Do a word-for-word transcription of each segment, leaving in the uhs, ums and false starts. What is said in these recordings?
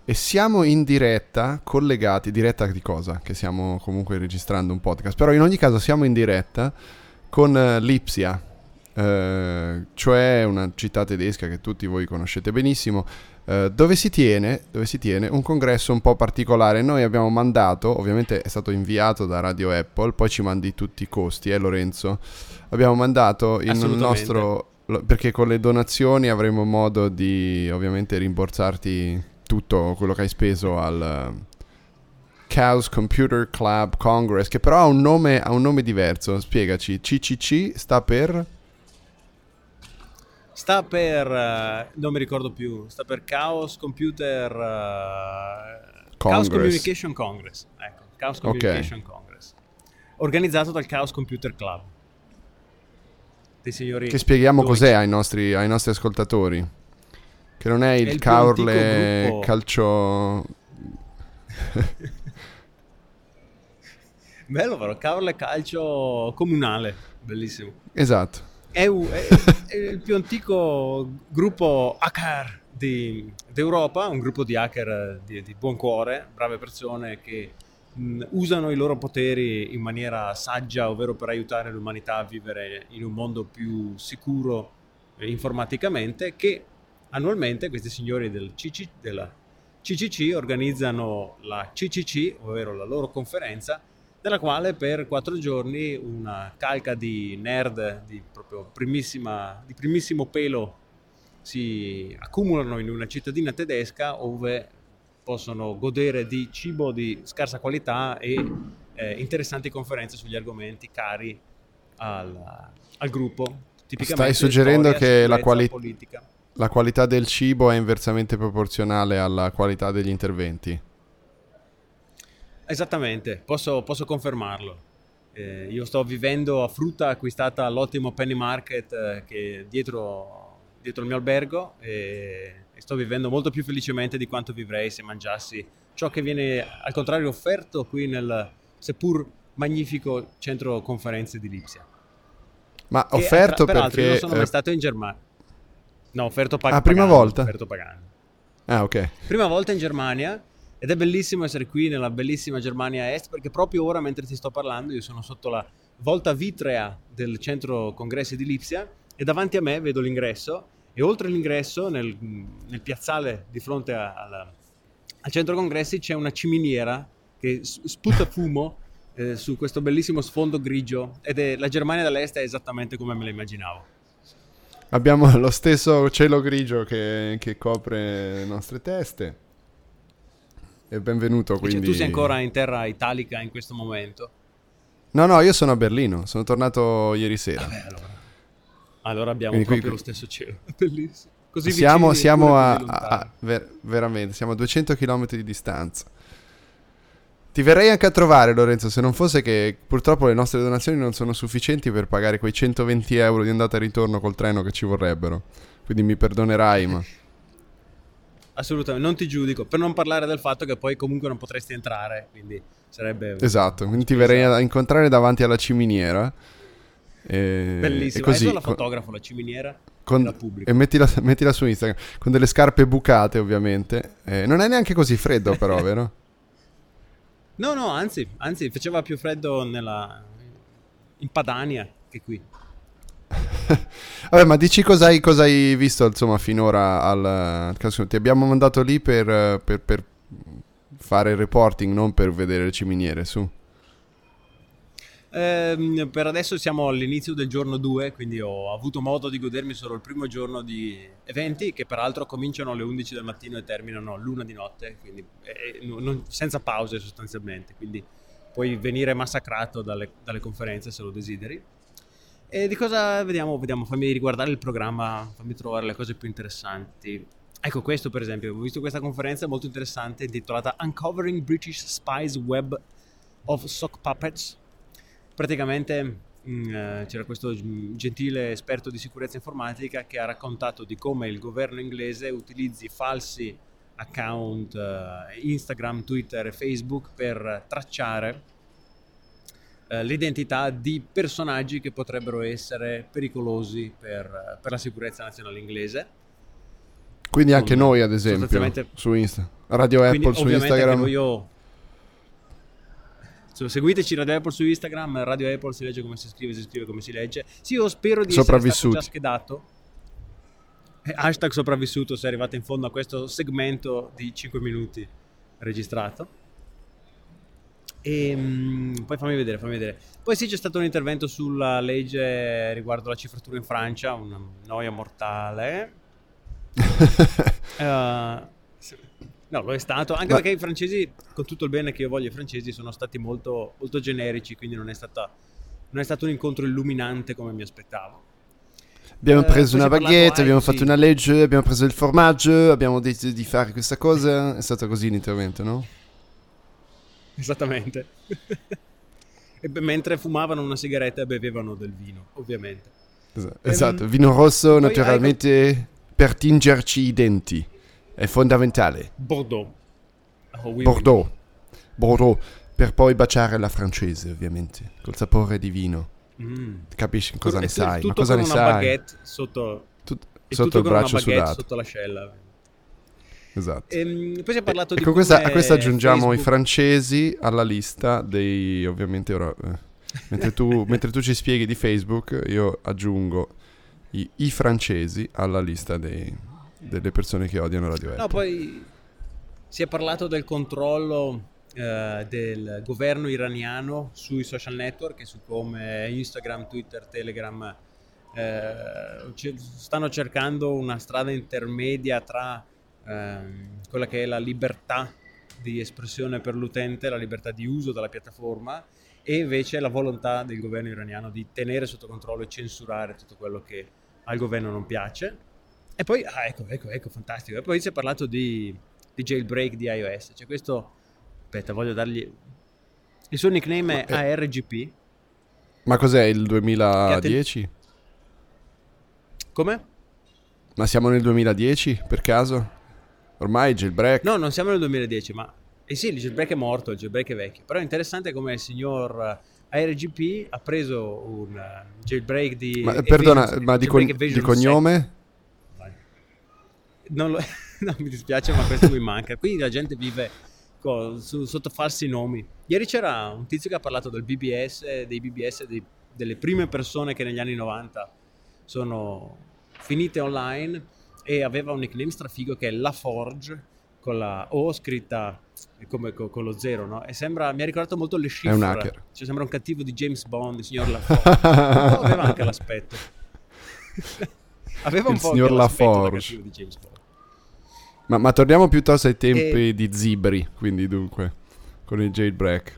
e siamo in diretta, collegati, diretta di cosa? Che stiamo comunque registrando un podcast, però in ogni caso siamo in diretta con uh, Lipsia, uh, cioè una città tedesca che tutti voi conoscete benissimo, uh, dove si tiene, dove si tiene un congresso un po' particolare. Noi abbiamo mandato, ovviamente è stato inviato da Radio Apple, poi ci mandi tutti i costi, eh Lorenzo? Abbiamo mandato il nostro, perché con le donazioni avremo modo di ovviamente rimborsarti tutto quello che hai speso al Chaos Computer Club Congress, che però ha un nome, ha un nome diverso. Spiegaci. C C C sta per? Sta per uh, non mi ricordo più, sta per Chaos Computer uh, Chaos Communication Congress. Ecco, Chaos Communication okay. Congress. Organizzato dal Chaos Computer Club. Dei signori che spieghiamo Deutsch. Cos'è ai nostri, ai nostri ascoltatori, che non è il, il Caorle gruppo... calcio bello però, Caorle calcio comunale, bellissimo, esatto, è, è, è il più antico gruppo hacker di, d'Europa, un gruppo di hacker di, di buon cuore, brave persone che mh, usano i loro poteri in maniera saggia, ovvero per aiutare l'umanità a vivere in un mondo più sicuro eh, informaticamente, che annualmente questi signori del C C, della C C C organizzano la C C C, ovvero la loro conferenza, nella quale per quattro giorni una calca di nerd di proprio primissima, di primissimo pelo si accumulano in una cittadina tedesca dove possono godere di cibo di scarsa qualità e eh, interessanti conferenze sugli argomenti cari al, al gruppo. Stai suggerendo storia, che la, quali- la qualità del cibo è inversamente proporzionale alla qualità degli interventi? Esattamente, posso, posso confermarlo. Eh, io sto vivendo a frutta acquistata all'ottimo Penny Market eh, che dietro, dietro il mio albergo e, e sto vivendo molto più felicemente di quanto vivrei se mangiassi ciò che viene al contrario offerto qui nel seppur magnifico centro conferenze di Lipsia. Ma che offerto tra, perché... Io non sono mai stato in Germania. No, offerto pag- ah, prima pagando. volta? Offerto pagando. Ah, ok. Prima volta in Germania ed è bellissimo essere qui nella bellissima Germania Est perché proprio ora mentre ti sto parlando io sono sotto la volta vitrea del centro congressi di Lipsia e davanti a me vedo l'ingresso e oltre l'ingresso nel, nel piazzale di fronte a, a, al centro congressi c'è una ciminiera che sputa fumo eh, su questo bellissimo sfondo grigio ed è la Germania dell'Est è esattamente come me la immaginavo. Abbiamo lo stesso cielo grigio che, che copre le nostre teste. E benvenuto, quindi... Cioè, tu sei ancora in terra italica in questo momento? No, no, io sono a Berlino, sono tornato ieri sera. Vabbè, allora. allora abbiamo quindi proprio qui... lo stesso cielo, bellissimo. Così siamo vicini, siamo a, così a ver, veramente, siamo a duecento chilometri di distanza. Ti verrei anche a trovare, Lorenzo, se non fosse che purtroppo le nostre donazioni non sono sufficienti per pagare quei centoventi euro di andata e ritorno col treno che ci vorrebbero. Quindi mi perdonerai, ma... Assolutamente, non ti giudico, per non parlare del fatto che poi comunque non potresti entrare, quindi sarebbe... Esatto, quindi ti verrei a incontrare davanti alla ciminiera. E, bellissimo, e così, adesso la fotografo, la ciminiera, con, e la pubblico. E mettila, mettila su Instagram, con delle scarpe bucate ovviamente. Eh, non è neanche così freddo però, vero? No, no, anzi, anzi, faceva più freddo nella... in Padania che qui. Vabbè, ma dici cosa hai, cosa hai visto insomma finora al caso. Ti abbiamo mandato lì per, per, per fare il reporting, non per vedere le ciminiere, su. Eh, per adesso siamo all'inizio del giorno due, quindi ho avuto modo di godermi solo il primo giorno di eventi che peraltro cominciano alle undici del mattino e terminano l'una di notte, quindi eh, non, senza pause sostanzialmente, quindi puoi venire massacrato dalle, dalle conferenze se lo desideri. E di cosa vediamo? Vediamo, fammi riguardare il programma, fammi trovare le cose più interessanti. Ecco questo per esempio, ho visto questa conferenza molto interessante intitolata Uncovering British Spies Web of Sock Puppets. Praticamente mh, c'era questo gentile esperto di sicurezza informatica che ha raccontato di come il governo inglese utilizzi falsi account uh, Instagram, Twitter e Facebook per tracciare l'identità di personaggi che potrebbero essere pericolosi per, per la sicurezza nazionale inglese. Quindi anche Con, noi ad esempio su Insta Radio Quindi, Apple su ovviamente Instagram. Anche voglio... So, seguiteci Radio Apple su Instagram. Radio Apple si legge come si scrive, si scrive come si legge. Sì, io spero di essere stato già schedato. Eh, hashtag sopravvissuto se arrivate in fondo a questo segmento di cinque minuti registrato. E mh, poi fammi vedere, fammi vedere. Poi sì, c'è stato un intervento sulla legge riguardo la cifratura in Francia, una noia mortale. uh, no, lo è stato, anche Ma... perché i francesi, con tutto il bene che io voglio ai francesi, sono stati molto, molto generici, quindi non è, stata, non è stato un incontro illuminante come mi aspettavo. Abbiamo preso eh, una baguette, abbiamo sì. fatto una legge, abbiamo preso il formaggio, abbiamo deciso di fare questa cosa. È stato così l'intervento, no? Esattamente. E beh, mentre fumavano una sigaretta e bevevano del vino, ovviamente. Esatto, esatto. vino rosso naturalmente hai... per tingerci i denti, è fondamentale. Bordeaux. Oh, oui, Bordeaux. Oui. Bordeaux, per poi baciare la francese, ovviamente, col sapore di vino. Mm. Capisci cosa ne t- sai? Tutto Ma cosa con ne una sai? baguette sotto, Tut- sotto tutto il braccio sudato. Sotto l'ascella. Esatto. E, poi si è parlato e, di e con questa, a questa aggiungiamo Facebook. i francesi alla lista dei, ovviamente ora, eh, mentre, tu, mentre tu ci spieghi di Facebook, io aggiungo i, i francesi alla lista dei, delle persone che odiano Radio Apple. No, poi si è parlato del controllo eh, del governo iraniano sui social network e su come Instagram, Twitter, Telegram eh, c- stanno cercando una strada intermedia tra ehm, quella che è la libertà di espressione per l'utente, la libertà di uso della piattaforma, e invece la volontà del governo iraniano di tenere sotto controllo e censurare tutto quello che al governo non piace. E poi, ah, ecco, ecco, ecco, fantastico. E poi si è parlato di, di jailbreak di iOS. C'è questo, aspetta, voglio dargli, il suo nickname è A R G P. Ma cos'è, il duemiladieci? Ten... Come? Ma siamo nel duemiladieci, per caso? Ormai jailbreak? No, non siamo nel duemiladieci, ma... Eh sì, il jailbreak è morto, il jailbreak è vecchio. Però è interessante come il signor A R G P ha preso un uh, jailbreak di... Ma, perdona, Evasion, ma di, con, di cognome? Non lo, no, mi dispiace, ma questo mi manca. Quindi la gente vive con, su, sotto falsi nomi. Ieri c'era un tizio che ha parlato del B B S, dei B B S, dei, delle prime persone che negli anni novanta sono finite online, e aveva un nickname strafigo che è La Forge, con la O scritta come con, con lo zero, no? E sembra, mi ha ricordato molto le Chiffre. È un hacker. Cioè sembra un cattivo di James Bond, il signor La Forge. No, aveva anche l'aspetto. Aveva un il po' signor anche La l'aspetto da Forge. cattivo di James Bond. Ma, ma torniamo piuttosto ai tempi e... di Zibri, quindi dunque, con il jailbreak.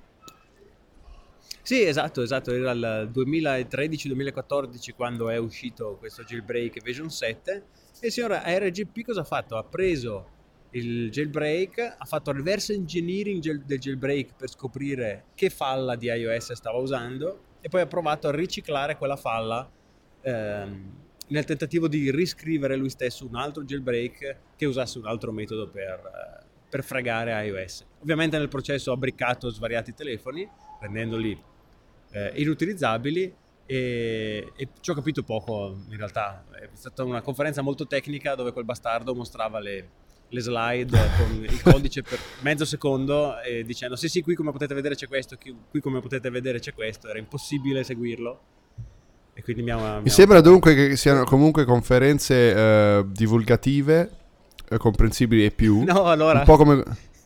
Sì, esatto, esatto, era il duemilatredici duemilaquattordici quando è uscito questo jailbreak Evasion sette, e il signor A R G P cosa ha fatto? Ha preso il jailbreak, ha fatto reverse engineering del jailbreak per scoprire che falla di iOS stava usando, e poi ha provato a riciclare quella falla ehm, nel tentativo di riscrivere lui stesso un altro jailbreak che usasse un altro metodo per, per fregare iOS. Ovviamente nel processo ha briccato svariati telefoni, rendendoli eh, inutilizzabili, e, e ci ho capito poco in realtà. È stata una conferenza molto tecnica dove quel bastardo mostrava le, le slide con il codice per mezzo secondo e dicendo sì sì, qui come potete vedere c'è questo, qui come potete vedere c'è questo. Era impossibile seguirlo. E quindi mi, ha, mi, mi sembra dunque che siano comunque conferenze eh, divulgative, eh, comprensibili e più. No, allora, un po' come...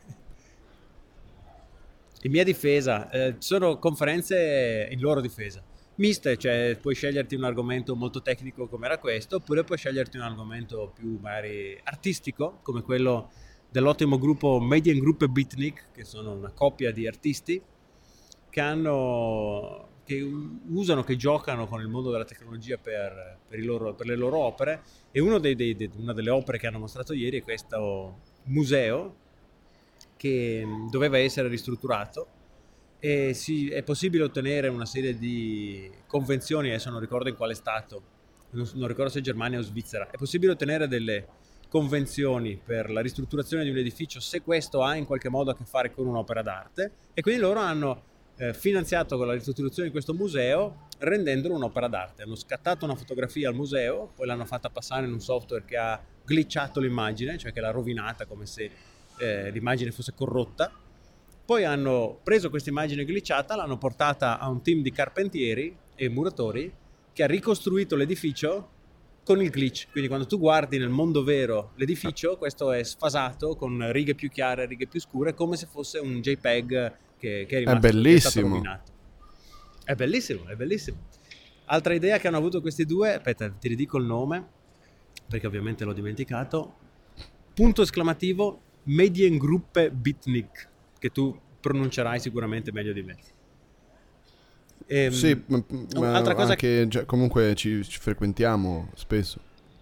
in mia difesa, eh, sono conferenze in loro difesa miste, cioè puoi sceglierti un argomento molto tecnico come era questo, oppure puoi sceglierti un argomento più magari artistico, come quello dell'ottimo gruppo Median Group e Beatnik, che sono una coppia di artisti che hanno... che usano, che giocano con il mondo della tecnologia per, per, i loro, per le loro opere, e uno dei, dei, dei, una delle opere che hanno mostrato ieri è questo museo che doveva essere ristrutturato, e si, è possibile ottenere una serie di convenzioni, adesso non ricordo in quale stato, non, non ricordo se Germania o Svizzera, è possibile ottenere delle convenzioni per la ristrutturazione di un edificio se questo ha in qualche modo a che fare con un'opera d'arte, e quindi loro hanno Eh, finanziato con la ristrutturazione di questo museo, rendendolo un'opera d'arte. Hanno scattato una fotografia al museo, poi l'hanno fatta passare in un software che ha glitchato l'immagine, cioè che l'ha rovinata, come se eh, l'immagine fosse corrotta. Poi hanno preso questa immagine glitchata, l'hanno portata a un team di carpentieri e muratori che ha ricostruito l'edificio con il glitch. Quindi quando tu guardi nel mondo vero l'edificio, questo è sfasato con righe più chiare, righe più scure, come se fosse un JPEG che, che è rimasto, è bellissimo. Che è stato rovinato. È bellissimo, è bellissimo. Altra idea che hanno avuto questi due, aspetta, ti ridico il nome, perché ovviamente l'ho dimenticato, punto esclamativo, Mediengruppe Bitnik, che tu pronuncerai sicuramente meglio di me. Ehm, sì, ma, ma altra cosa che già, comunque ci, ci frequentiamo spesso.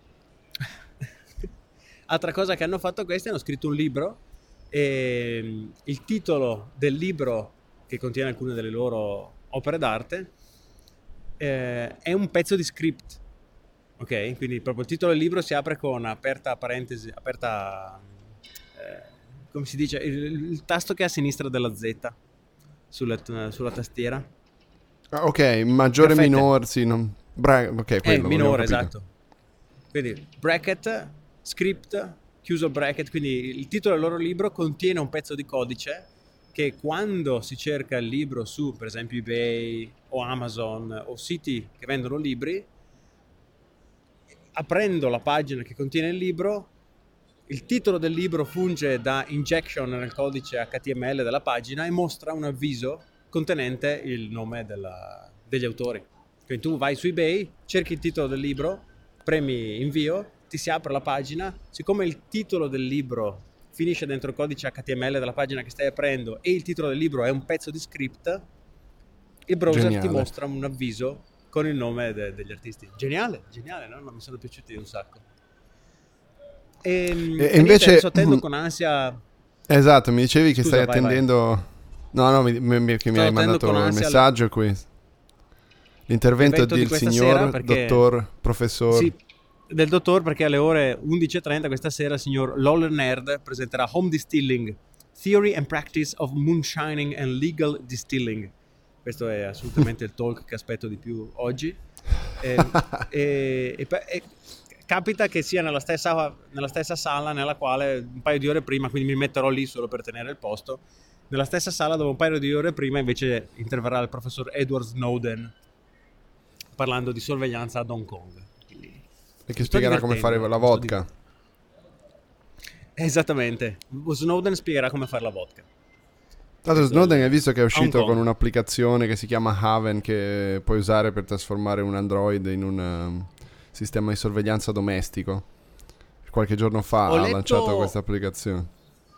Altra cosa che hanno fatto questi, hanno scritto un libro e il titolo del libro, che contiene alcune delle loro opere d'arte, eh, è un pezzo di script. Ok? Quindi proprio il titolo del libro si apre con aperta parentesi, aperta, eh, come si dice, il, il tasto che è a sinistra della Z sulla, sulla tastiera. Ah, ok, maggiore, Graffette. Minore, sì, non... Bra- ok, quello, eh, minore, esatto. Quindi bracket, script, chiuso bracket, quindi il titolo del loro libro contiene un pezzo di codice che quando si cerca il libro su, per esempio, eBay o Amazon o siti che vendono libri, aprendo la pagina che contiene il libro, il titolo del libro funge da injection nel codice H T M L della pagina e mostra un avviso contenente il nome della, degli autori. Quindi tu vai su eBay, cerchi il titolo del libro, premi invio, ti si apre la pagina. Siccome il titolo del libro finisce dentro il codice H T M L della pagina che stai aprendo e il titolo del libro è un pezzo di script, il browser Geniale. Ti mostra un avviso con il nome de- degli artisti. Geniale, geniale, no? Mi sono piaciuti un sacco. E, e, e invece adesso attendo con ansia. Esatto, mi dicevi che Scusa, stai vai, attendendo vai. No, no, mi, mi, che mi hai mandato il messaggio le... qui. L'intervento di il signor perché... dottor professor Sì, del dottor, perché alle ore undici e trenta questa sera il signor Loller Nerd presenterà Home Distilling, Theory and Practice of Moonshining and Legal Distilling. Questo è assolutamente il talk che aspetto di più oggi. E, e, e, e capita che sia nella stessa, nella stessa sala nella quale un paio di ore prima, quindi mi metterò lì solo per tenere il posto, nella stessa sala dove un paio di ore prima invece interverrà il professor Edward Snowden parlando di sorveglianza ad Hong Kong. Quindi, e che spiegherà come fare la vodka. Esattamente, Snowden spiegherà come fare la vodka. Tanto Snowden hai visto che è uscito con un'applicazione che si chiama Haven, che puoi usare per trasformare un Android in un um, sistema di sorveglianza domestico. Qualche giorno fa Ho ha letto... lanciato questa applicazione.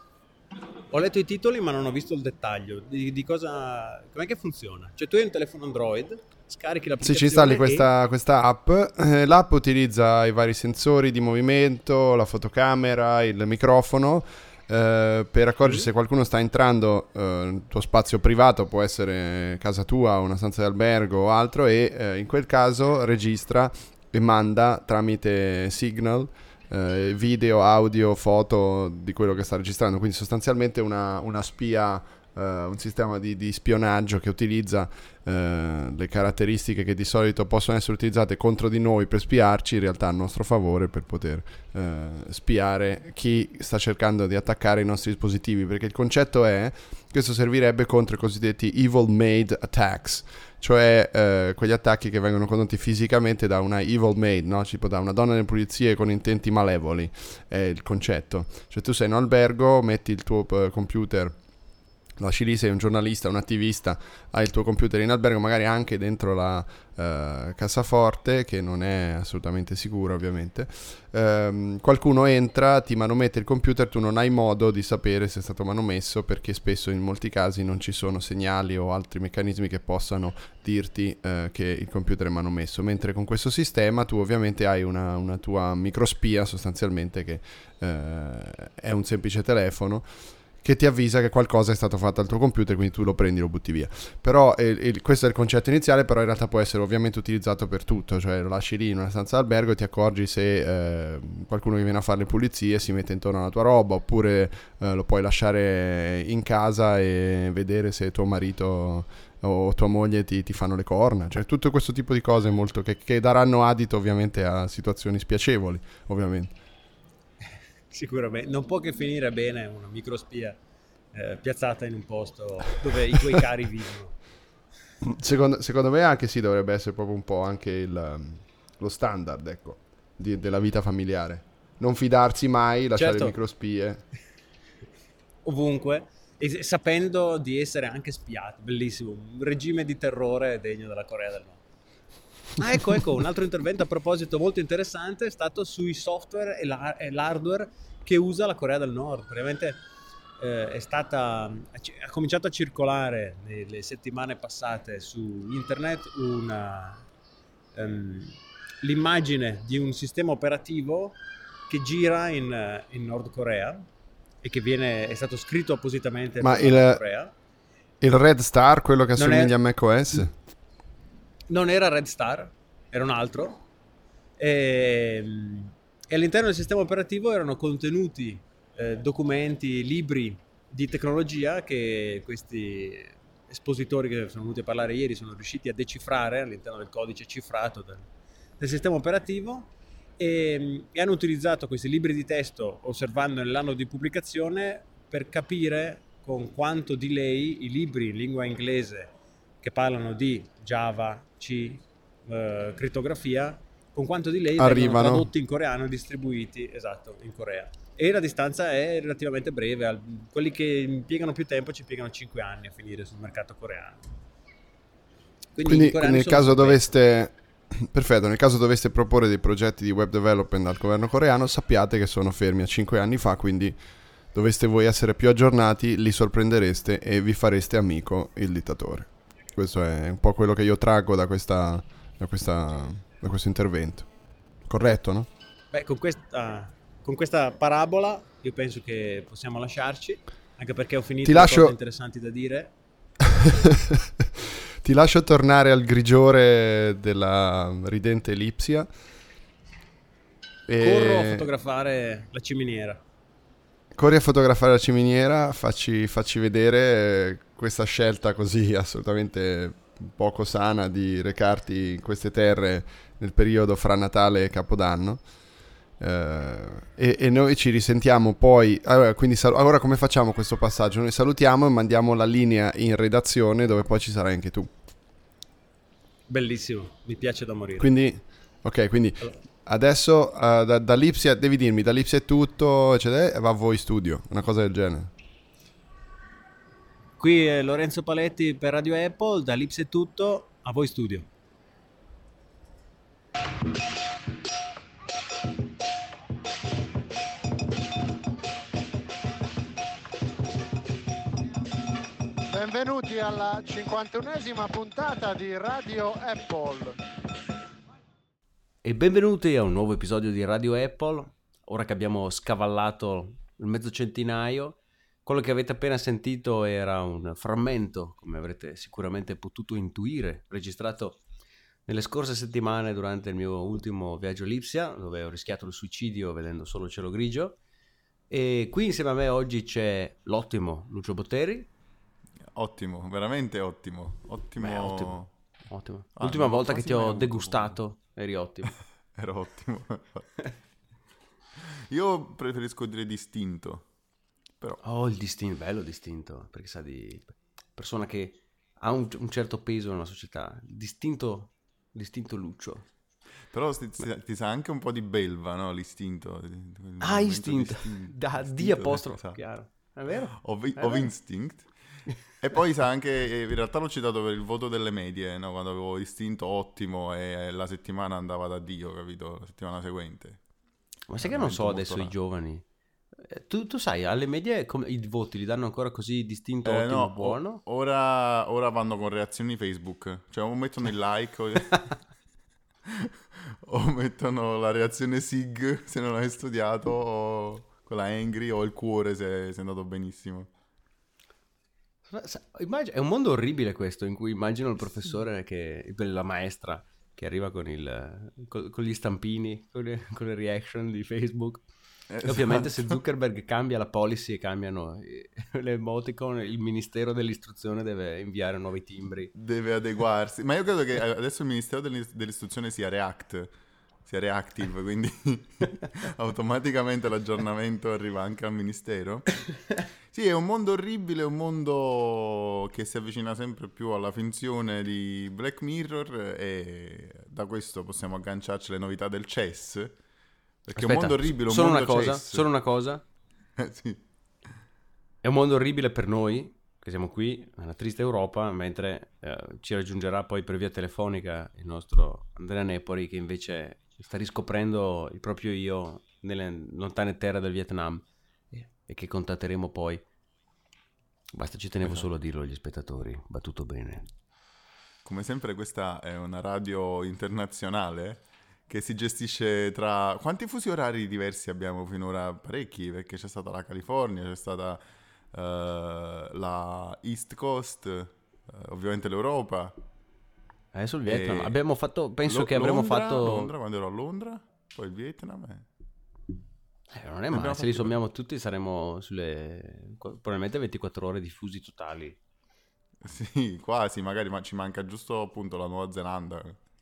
Ho letto i titoli ma non ho visto il dettaglio di, di cosa, com'è che funziona. Cioè tu hai un telefono Android, scarichi l'applicazione. Sì, ci installi e... questa, questa app. Eh, l'app utilizza i vari sensori di movimento, la fotocamera, il microfono eh, per accorgersi mm. se qualcuno sta entrando eh, nel tuo spazio privato, può essere casa tua, una stanza di albergo o altro, e eh, in quel caso registra e manda tramite Signal Uh, video, audio, foto di quello che sta registrando. Quindi sostanzialmente una, una spia, uh, un sistema di, di spionaggio che utilizza uh, le caratteristiche che di solito possono essere utilizzate contro di noi per spiarci, in realtà a nostro favore, per poter uh, spiare chi sta cercando di attaccare i nostri dispositivi, perché il concetto è questo servirebbe contro i cosiddetti evil made attacks, cioè eh, quegli attacchi che vengono condotti fisicamente da una evil maid, no? Tipo da una donna delle pulizie con intenti malevoli, è il concetto. Cioè tu sei in un albergo, metti il tuo uh, computer, lasci lì, sei un giornalista, un attivista, hai il tuo computer in albergo, magari anche dentro la uh, cassaforte, che non è assolutamente sicura ovviamente. Um, qualcuno entra, ti manomette il computer, tu non hai modo di sapere se è stato manomesso, perché spesso in molti casi non ci sono segnali o altri meccanismi che possano dirti uh, che il computer è manomesso, mentre con questo sistema tu ovviamente hai una, una tua microspia sostanzialmente, che uh, è un semplice telefono che ti avvisa che qualcosa è stato fatto al tuo computer, quindi tu lo prendi e lo butti via. Però eh, il, questo è il concetto iniziale, però in realtà può essere ovviamente utilizzato per tutto, cioè lo lasci lì in una stanza d'albergo e ti accorgi se eh, qualcuno che viene a fare le pulizie si mette intorno alla tua roba, oppure eh, lo puoi lasciare in casa e vedere se tuo marito o tua moglie ti, ti fanno le corna, cioè tutto questo tipo di cose molto che, che daranno adito ovviamente a situazioni spiacevoli, ovviamente. Sicuramente. Non può che finire bene una microspia eh, piazzata in un posto dove i tuoi cari vivono. Secondo, secondo me anche sì, dovrebbe essere proprio un po' anche il, um, lo standard, ecco, di- della vita familiare. Non fidarsi mai, lasciare Certo, microspie. ovunque, e sapendo di essere anche spiati. Bellissimo, un regime di terrore degno della Corea del Nord. Ah, ecco, ecco, un altro intervento a proposito molto interessante è stato sui software e, la- e l'hardware che usa la Corea del Nord. Praticamente eh, è stata, ha cominciato a circolare nelle settimane passate su internet una, ehm, l'immagine di un sistema operativo che gira in, in Nord Corea e che viene, è stato scritto appositamente Ma per la Nord il, Corea. il Red Star, quello che Non assomiglia è- a macOS? Non era Red Star, era un altro. E, e all'interno del sistema operativo erano contenuti eh, documenti, libri di tecnologia che questi espositori che sono venuti a parlare ieri sono riusciti a decifrare all'interno del codice cifrato del, del sistema operativo e, e hanno utilizzato questi libri di testo osservando nell'anno di pubblicazione per capire con quanto delay i libri in lingua inglese che parlano di Java, C, eh, crittografia, con quanto delay vengono Arrivano. tradotti in coreano e distribuiti, esatto, in Corea. E la distanza è relativamente breve, al- quelli che impiegano più tempo ci impiegano cinque anni a finire sul mercato coreano. Quindi, Quindi i coreani nel sono caso stupendo. doveste... Perfetto, nel caso doveste proporre dei progetti di web development al governo coreano, sappiate che sono fermi a cinque anni fa, quindi doveste voi essere più aggiornati, li sorprendereste e vi fareste amico il dittatore. Questo è un po' quello che io traggo da questa, da questa, da questo intervento. Corretto, no? Beh, con questa, con questa parabola io penso che possiamo lasciarci, anche perché ho finito Ti le lascio- cose interessanti da dire. Ti lascio tornare al grigiore della ridente Lipsia. E... Corro a fotografare la ciminiera. Corri a fotografare la ciminiera, facci, facci vedere eh, questa scelta così assolutamente poco sana di recarti in queste terre nel periodo fra Natale e Capodanno. Eh, e, e noi ci risentiamo poi. Allora, quindi sal- ora come facciamo questo passaggio? Noi salutiamo e mandiamo la linea in redazione dove poi ci sarai anche tu. Bellissimo, mi piace da morire. Quindi, ok, quindi Allora, adesso uh, da, da Lipsia, devi dirmi, da Lipsia è tutto, eccetera, e va a voi studio, una cosa del genere. qui è Lorenzo Paletti per Radio Apple, da Lips è tutto, a voi studio. Benvenuti alla cinquantunesima puntata di Radio Apple. E benvenuti a un nuovo episodio di Radio Apple. Ora che abbiamo scavallato il mezzo centinaio, quello che avete appena sentito era un frammento, come avrete sicuramente potuto intuire, registrato nelle scorse settimane durante il mio ultimo viaggio a Lipsia, dove ho rischiato il suicidio vedendo solo il cielo grigio. E qui insieme a me oggi c'è l'ottimo Lucio Botteri. Ottimo, veramente ottimo. Ottimo. Beh, ottimo. Ottimo. Ah, L'ultima non ho volta che quasi ti mai ho avuto degustato eri ottimo. Era ottimo. Io preferisco dire distinto. Però Oh, il distinto, bello distinto, perché sa di persona che ha un, un certo peso nella società. Distinto, distinto Lucio. Però ti, ti- ti sa anche un po' di belva, no? L'istinto. Il Ah, movimento istinto. distin- Da D distinto, apostrofo, esatto. chiaro. È vero? Of, È of vero. instinct. E poi sa anche, eh, in realtà l'ho citato per il voto delle medie, no? Quando avevo istinto ottimo e la settimana andava da Dio, capito? La settimana seguente. Ma sai che non so Argomento adesso molto i giovani? Eh, Tu, tu sai, alle medie come, i voti li danno ancora così distinto, Eh, ottimo, no, o- buono? ora, ora vanno con reazioni Facebook, cioè o mettono il like o, o mettono la reazione sig se non hai studiato, o quella angry, o il cuore se sei andato benissimo. Sa- sa- immag- è un mondo orribile questo, in cui immagino il professore, che, la maestra, che arriva con, il, col- con gli stampini, con le, con le reaction di Facebook. E ovviamente se Esatto. Zuckerberg cambia la policy e cambiano i- le emoticon, il Ministero dell'Istruzione deve inviare nuovi timbri. Deve adeguarsi. Ma io credo che adesso il Ministero dell'Is- dell'Istruzione sia React, sia reactive, quindi automaticamente l'aggiornamento arriva anche al ministero. Sì, è un mondo orribile, è un mondo che si avvicina sempre più alla finzione di Black Mirror, e da questo possiamo agganciarci alle novità del C E S, perché Aspetta, è un mondo orribile, un solo mondo una cosa, C E S. solo una cosa. Eh, sì. È un mondo orribile per noi, che siamo qui nella triste Europa, mentre eh, ci raggiungerà poi per via telefonica il nostro Andrea Nepori, che invece sta riscoprendo il proprio io nelle lontane terre del Vietnam, e, e che contatteremo poi. Basta, ci tenevo Esatto. solo a dirlo agli spettatori, va tutto bene. Come sempre questa è una radio internazionale che si gestisce tra... Quanti fusi orari diversi abbiamo finora? Parecchi, perché c'è stata la California, c'è stata uh, la East Coast, uh, ovviamente l'Europa. Adesso il Vietnam, E abbiamo fatto, penso Lo- che avremo Londra, fatto... Londra, quando ero a Londra, poi il Vietnam. eh. Eh, non è Abbiamo male, se li fatto- sommiamo tutti saremo sulle... probabilmente ventiquattro ore di fusi totali. Sì, quasi, magari, ma ci manca giusto appunto la Nuova Zelanda.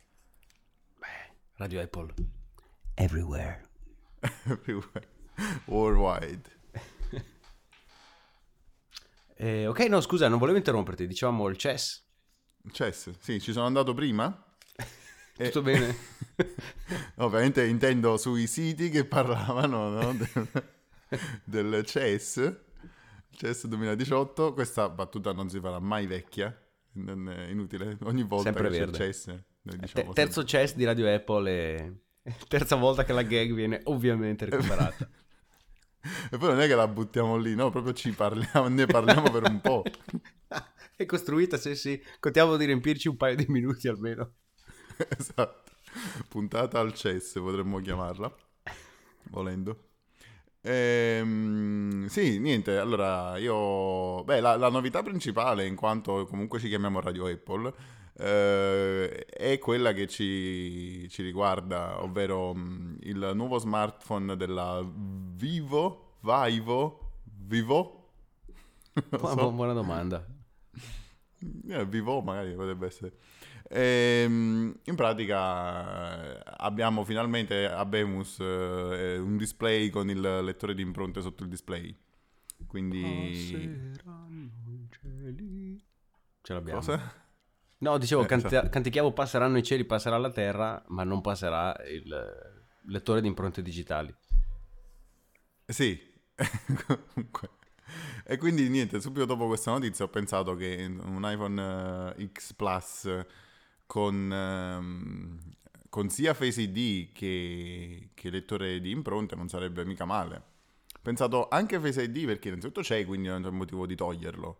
Radio Apple. Everywhere. Worldwide. Eh, ok, no, scusa, non volevo interromperti, dicevamo il C E S. C E S, sì, ci sono andato prima. E- Tutto bene? Ovviamente intendo sui siti che parlavano, no, del, del C E S, C E S duemiladiciotto. Questa battuta non si farà mai vecchia, non è inutile, ogni volta Sempre che c'è il verde. C E S noi Te- diciamo terzo C E S di Radio Apple e terza volta che la gag viene ovviamente recuperata. sempre. E poi non è che la buttiamo lì, no, proprio ci parliamo, ne parliamo per un po'. È costruita, sì sì, contiamo di riempirci un paio di minuti almeno. Esatto, puntata al C E S potremmo chiamarla, volendo. Ehm, sì, niente, allora io... Beh, la, la novità principale, in quanto comunque ci chiamiamo Radio Apple, eh, è quella che ci, ci riguarda, ovvero mh, il nuovo smartphone della Vivo, Vivo, Vivo? Non Bu- so. bu- buona domanda. Eh, Vivo magari potrebbe essere. Ehm, in pratica eh, abbiamo finalmente a Bemus eh, un display con il lettore di impronte sotto il display. Quindi... Ce l'abbiamo. Cosa? No, dicevo, Eh, canta- esatto. cantichiamo passeranno i cieli, passerà la terra, ma non passerà il lettore di impronte digitali. Sì, comunque. E quindi niente, subito dopo questa notizia ho pensato che un iPhone eh, X Plus con, ehm, con sia Face I D che, che lettore di impronte non sarebbe mica male. Ho pensato anche Face I D perché innanzitutto c'è, quindi non c'è motivo di toglierlo.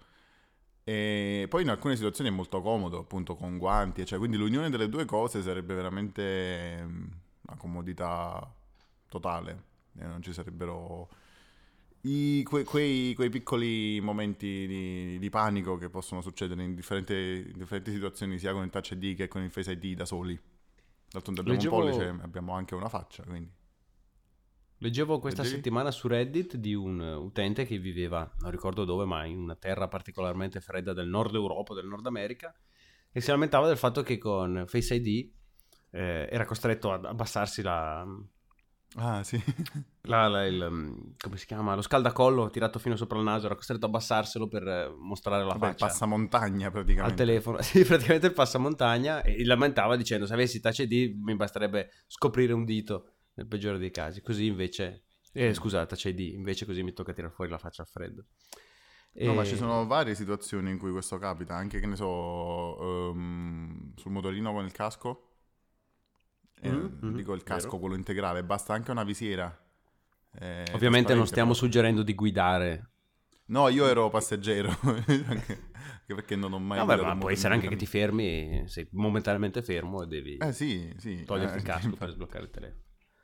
E poi in alcune situazioni è molto comodo, appunto con guanti, cioè, quindi l'unione delle due cose sarebbe veramente ehm, una comodità totale. E non ci sarebbero i- que- quei, quei piccoli momenti di, di panico che possono succedere in differenti, in differenti situazioni, sia con il Touch I D che con il Face I D da soli. D'altronde abbiamo Leggevo- un pollice, abbiamo anche una faccia, quindi... Leggevo questa Leggevi? settimana su Reddit di un utente che viveva, non ricordo dove, ma in una terra particolarmente fredda del nord Europa, del Nord America, e si lamentava del fatto che con Face I D eh, era costretto ad abbassarsi la, Ah, sì. la- la- il, um, come si chiama? Lo scaldacollo tirato fino sopra il naso, era costretto ad abbassarselo per eh, mostrare la Vabbè, faccia passamontagna al praticamente. telefono. Sì, praticamente il passamontagna, e lamentava dicendo: se avessi Touch I D mi basterebbe scoprire un dito nel peggiore dei casi, così invece eh, scusa, Touch I D, invece così mi tocca tirare fuori la faccia al freddo. No, ma E- ci sono varie situazioni in cui questo capita, anche che ne so, ehm, sul motorino con il casco. Eh, Mm, mm, dico il casco, vero. quello integrale, basta anche una visiera. eh, Ovviamente non trasparente, stiamo però. suggerendo di guidare. No, io ero passeggero, anche, anche perché non ho mai Vabbè, guidato ma un può essere anche motorino. che ti fermi, sei momentaneamente fermo e devi Eh sì, sì. toglierti eh, il casco per infatti. sbloccare il telefono.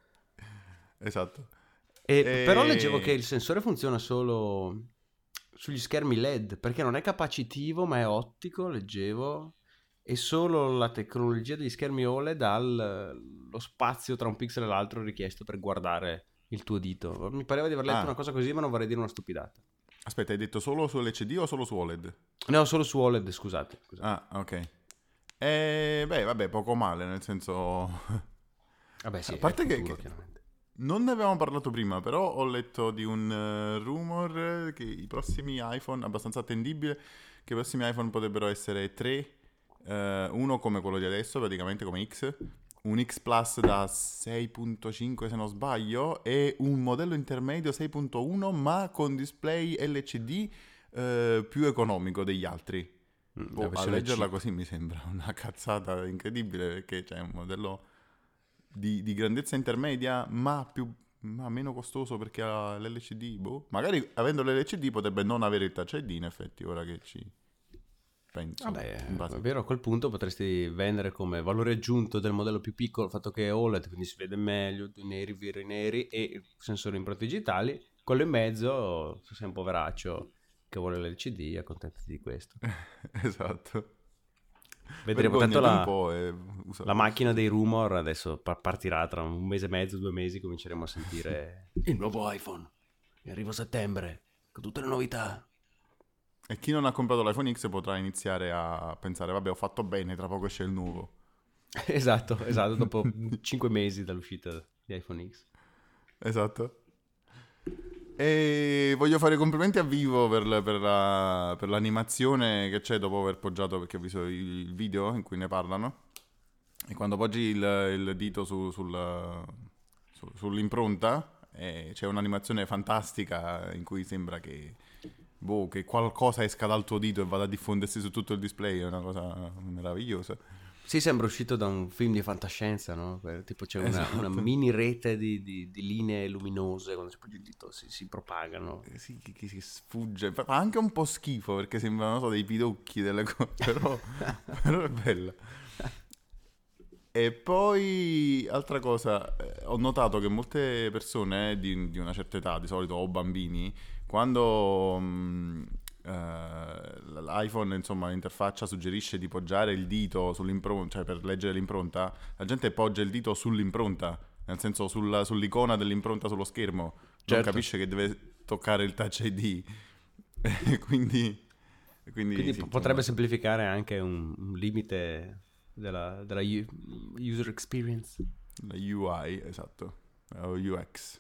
Esatto. E, E- Però leggevo che il sensore funziona solo sugli schermi L E D, perché non è capacitivo ma è ottico, leggevo, e solo la tecnologia degli schermi O L E D ha il- lo spazio tra un pixel e l'altro richiesto per guardare il tuo dito. Mi pareva di aver letto Ah. una cosa così, ma non vorrei dire una stupidata. Aspetta, hai detto solo su L C D o solo su O L E D? No, solo su O L E D, scusate. scusate. Ah, ok. E beh, vabbè, poco male, nel senso... Vabbè sì, a parte che, futuro, che chiaramente. non ne avevamo parlato prima, però ho letto di un uh, rumor che i prossimi iPhone, abbastanza attendibile, che i prossimi iPhone potrebbero essere tre, uh, uno come quello di adesso, praticamente come X, un X Plus da sei virgola cinque se non sbaglio, e un modello intermedio sei virgola uno ma con display L C D uh, più economico degli altri. Mm, Boh, a leggerla così mi sembra una cazzata incredibile, perché c'è un modello di, di grandezza intermedia ma più ma meno costoso perché ha l'L C D. Boh. Magari avendo l'L C D potrebbe non avere il Touch I D, in effetti, ora che ci penso. Vabbè, in base- è vero, a quel punto potresti vendere come valore aggiunto del modello più piccolo il fatto che è O L E D, quindi si vede meglio, i neri, veri neri, e sensori impronte digitali. Quello in mezzo, se sei un poveraccio che vuole l'L C D, accontentati di questo. Esatto. Vedremo, Vergognati tanto la, un po' e usa la questo. macchina dei rumor adesso pa- partirà tra un mese e mezzo, due mesi, cominceremo a sentire il nuovo iPhone, che arriva a settembre, con tutte le novità. E chi non ha comprato l'iPhone X potrà iniziare a pensare, vabbè, ho fatto bene, tra poco esce il nuovo. Esatto, esatto, dopo cinque mesi dall'uscita di iPhone X. Esatto. E voglio fare i complimenti a Vivo per, la- per la- per l'animazione che c'è dopo aver poggiato, perché ho visto il il video in cui ne parlano. E quando poggi il, il dito su- sul- su- sull'impronta, eh, c'è un'animazione fantastica in cui sembra che, boh, che qualcosa esca dal tuo dito e vada a diffondersi su tutto il display. È una cosa meravigliosa. Sì, sembra uscito da un film di fantascienza, no? Que- Tipo c'è una, Esatto. una mini rete di, di- di linee luminose, quando si poggia il dito si, si propagano. Eh, Sì, che, che si sfugge. Fa fa anche un po' schifo perché sembrano, non so, dei pidocchi delle cose, però, però è bella. E poi, altra cosa, eh, ho notato che molte persone di, di una certa età, di solito, o bambini, quando mh, eh, l'iPhone, insomma, l'interfaccia suggerisce di poggiare il dito sull'impronta, cioè per leggere l'impronta, la gente poggia il dito sull'impronta, nel senso sulla- sull'icona dell'impronta sullo schermo, non Certo. capisce che deve toccare il Touch I D. quindi, quindi, Quindi sì, po- potrebbe insomma, semplificare anche un, un limite della, della u- user experience. la U I, esatto, o U X.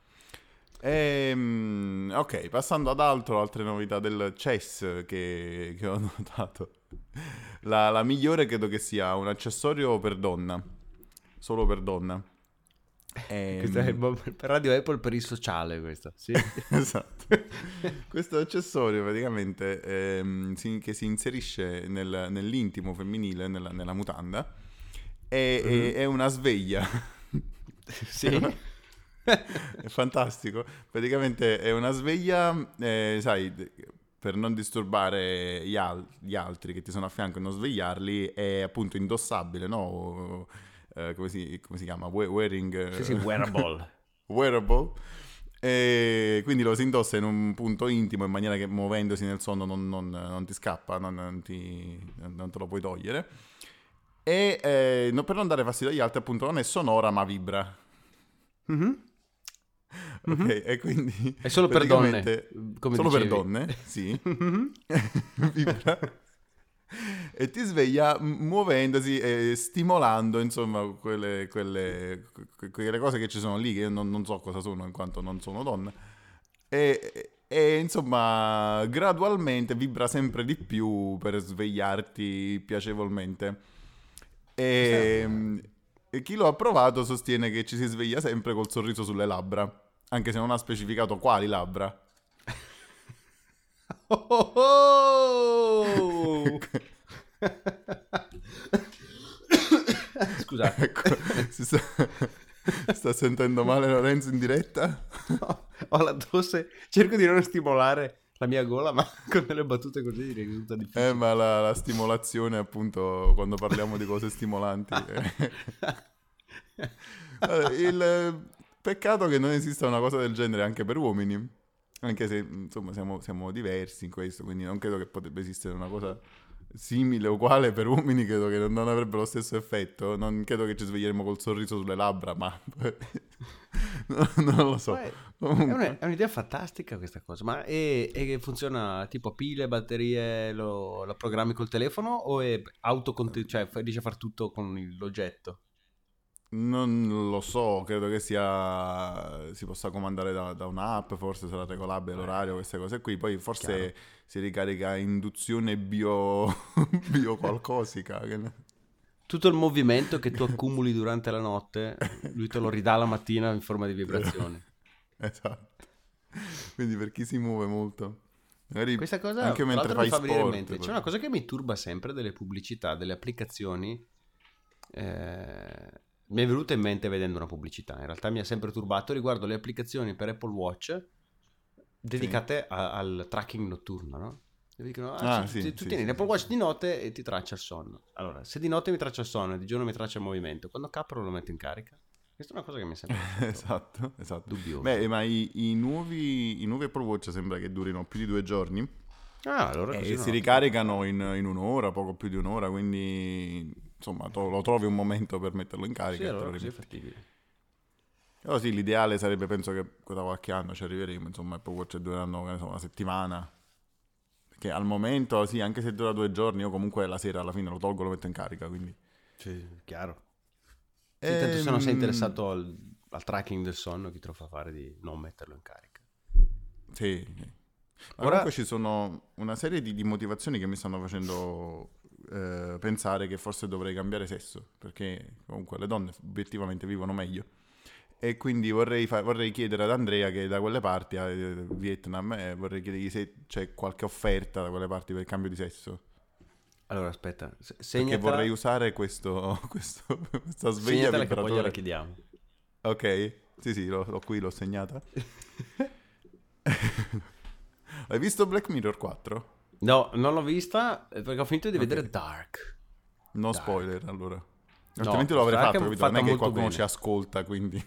Ehm, ok, passando ad altro, altre novità del chess che, che ho notato. La, la migliore credo che sia un accessorio per donna, solo per donna. Ehm, Questo è il mo- per Radio Apple per il sociale, questo. Sì. Esatto. Questo accessorio praticamente ehm, si- che si inserisce nel- nell'intimo femminile, nella, nella mutanda, è, è- è una sveglia. Sì. È fantastico. Praticamente è una sveglia, eh, sai, d- per non disturbare gli, al- gli altri che ti sono a fianco e non svegliarli, è appunto indossabile, no? Eh, come si, come si chiama? We- wearing... eh, Sì, sì, wearable. wearable. E quindi lo si indossa in un punto intimo in maniera che muovendosi nel sonno non, non- non ti scappa, non, non ti- non te lo puoi togliere. E eh, no- per non dare fastidio agli altri, appunto, non è sonora ma vibra. Mhm. Ok, e quindi È solo per donne, praticamente- come solo per dicevi. donne, sì. Mhm. Vibra. E ti sveglia m- muovendosi e stimolando, insomma, quelle, quelle, que- quelle cose che ci sono lì, che io non, non so cosa sono in quanto non sono donna. E, e, insomma, gradualmente vibra sempre di più per svegliarti piacevolmente. E, e chi lo ha provato sostiene che ci si sveglia sempre col sorriso sulle labbra, anche se non ha specificato quali labbra. Oh, oh, oh. Scusate. Ecco, si sta, sta sentendo male Lorenzo in diretta? No, ho la tosse, cerco di non stimolare la mia gola, ma con delle battute così risulta difficile. Eh, ma la, la stimolazione, appunto, quando parliamo di cose stimolanti. eh. Allora, il peccato che non esista una cosa del genere anche per uomini. Anche se, insomma, siamo, siamo diversi in questo, quindi non credo che potrebbe esistere una cosa simile o uguale per uomini, credo che non avrebbe lo stesso effetto. Non credo che ci sveglieremo col sorriso sulle labbra, ma no, non lo so. Poi, È, Comunque, una- è un'idea fantastica questa cosa, ma è, è che funziona tipo a pile, batterie, lo, la programmi col telefono o è auto, cioè fa- riesce a fare tutto con il- l'oggetto? Non lo so, credo che sia si possa comandare da, da un'app, forse sarà regolabile l'orario, queste cose qui. Poi forse Chiaro. si ricarica induzione bio, bio qualcosica. Che ne- Tutto il movimento che tu accumuli durante la notte, lui te lo ridà la mattina in forma di vibrazione. Esatto. Quindi per chi si muove molto. Magari Questa cosa anche tra mentre l'altro, mi fai fa venire in sport. mente. C'è poi- una cosa che mi turba sempre delle pubblicità, delle applicazioni. eh, Mi è venuta in mente vedendo una pubblicità. In realtà mi ha sempre turbato riguardo le applicazioni per Apple Watch dedicate a- al tracking notturno, no? E dicono, ah, Ah, sì, sì, tu sì, tieni sì, l'Apple sì, Watch sì. di notte e ti traccia il sonno. Allora, se di notte mi traccia il sonno e di giorno mi traccia il movimento, quando capro lo metto in carica? Questa è una cosa che mi è sempre lasciato Esatto, esatto. dubbioso. Beh, ma i, i nuovi, i nuovi Apple Watch sembra che durino più di due giorni Ah, allora così e no. si ricaricano in, in un'ora, poco più di un'ora, quindi insomma to- lo trovi un momento per metterlo in carica Sì, e te allora lo così è rimetti. fattibile. Però sì, l'ideale sarebbe, penso che da qualche anno ci arriveremo, insomma, Apple Watch dureranno, che ne so, una settimana. Perché al momento, sì, anche se dura due giorni, io comunque la sera alla fine lo tolgo e lo metto in carica, quindi... Sì, chiaro. Sì, tanto se non sei Ehm, interessato al, al tracking del sonno, chi te lo fa fare di non metterlo in carica? Sì. sì. Ma Ora- comunque ci sono una serie di, di motivazioni che mi stanno facendo eh, pensare che forse dovrei cambiare sesso, perché comunque le donne obiettivamente vivono meglio. E quindi vorrei, fa- vorrei chiedere ad Andrea, che è da quelle parti, a eh, Vietnam, eh, vorrei chiedergli se c'è qualche offerta da quelle parti per il cambio di sesso. Allora, aspetta, se- Perché segnatela, vorrei usare questo, questo- questa sveglia segnatela che poi gliela vibratore. chiediamo. Ok, sì sì, l'ho, l'ho qui, l'ho segnata. Hai visto Black Mirror quattro? No, non l'ho vista eh, perché ho finito di Ok. vedere Dark. No Dark. spoiler allora. Altrimenti lo avrei Dark fatto, è capito? Non è fatta che molto qualcuno bene. ci ascolta, quindi...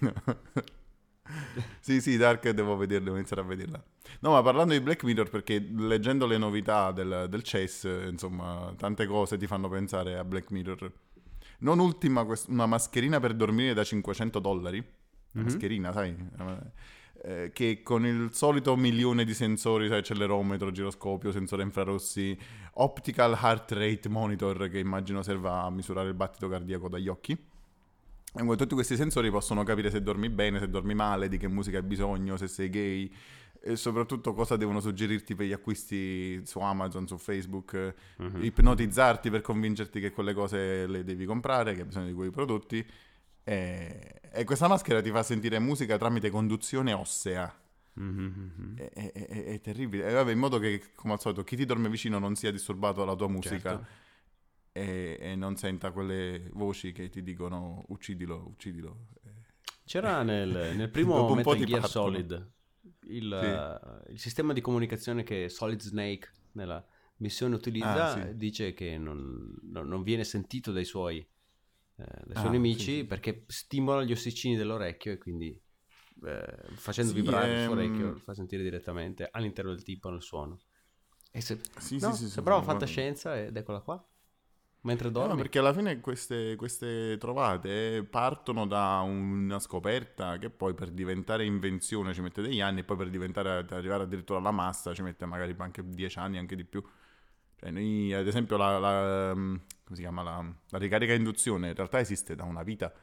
Sì, sì, Dark devo vederla, devo iniziare a vederla. No, ma parlando di Black Mirror, perché leggendo le novità del, del chess, eh, insomma, tante cose ti fanno pensare a Black Mirror. Non ultima, quest- una mascherina per dormire da cinquecento dollari. Una Mhm. mascherina, sai? Eh, che con il solito milione di sensori, sai, accelerometro, giroscopio, sensore infrarossi, optical heart rate monitor, che immagino serva a misurare il battito cardiaco dagli occhi. E tutti questi sensori possono capire se dormi bene, se dormi male, di che musica hai bisogno, se sei gay e soprattutto cosa devono suggerirti per gli acquisti su Amazon, su Facebook, Mhm. ipnotizzarti per convincerti che quelle cose le devi comprare, che hai bisogno di quei prodotti. E, e questa maschera ti fa sentire musica tramite conduzione ossea. Mhm, mhm. È, è- è- è terribile. E vabbè, in modo che, come al solito, chi ti dorme vicino non sia disturbato dalla tua musica. Certo. E, e non senta quelle voci che ti dicono uccidilo, uccidilo. C'era nel, nel primo Dopo un po' Metal ti Gear partono. Solid il, eh, il sistema di comunicazione che Solid Snake nella missione utilizza, Ah, sì. dice che non, non- non viene sentito dai suoi, eh, dai suoi Ah, nemici sì, sì, sì. perché stimola gli ossicini dell'orecchio e quindi eh, facendo Sì, vibrare il suo ehm, orecchio lo fa sentire direttamente all'interno del timpano il suono. E se, Sì, no, sì, sì, sì, sembrava sì, fantascienza ed eccola qua. Mentre Eh no, dormi. perché alla fine queste, queste trovate partono da una scoperta che poi per diventare invenzione ci mette degli anni e poi per diventare, arrivare addirittura alla massa ci mette magari anche dieci anni, anche di più. Cioè noi, ad esempio, la, la- come si chiama, la, la ricarica a induzione in realtà esiste da una vita,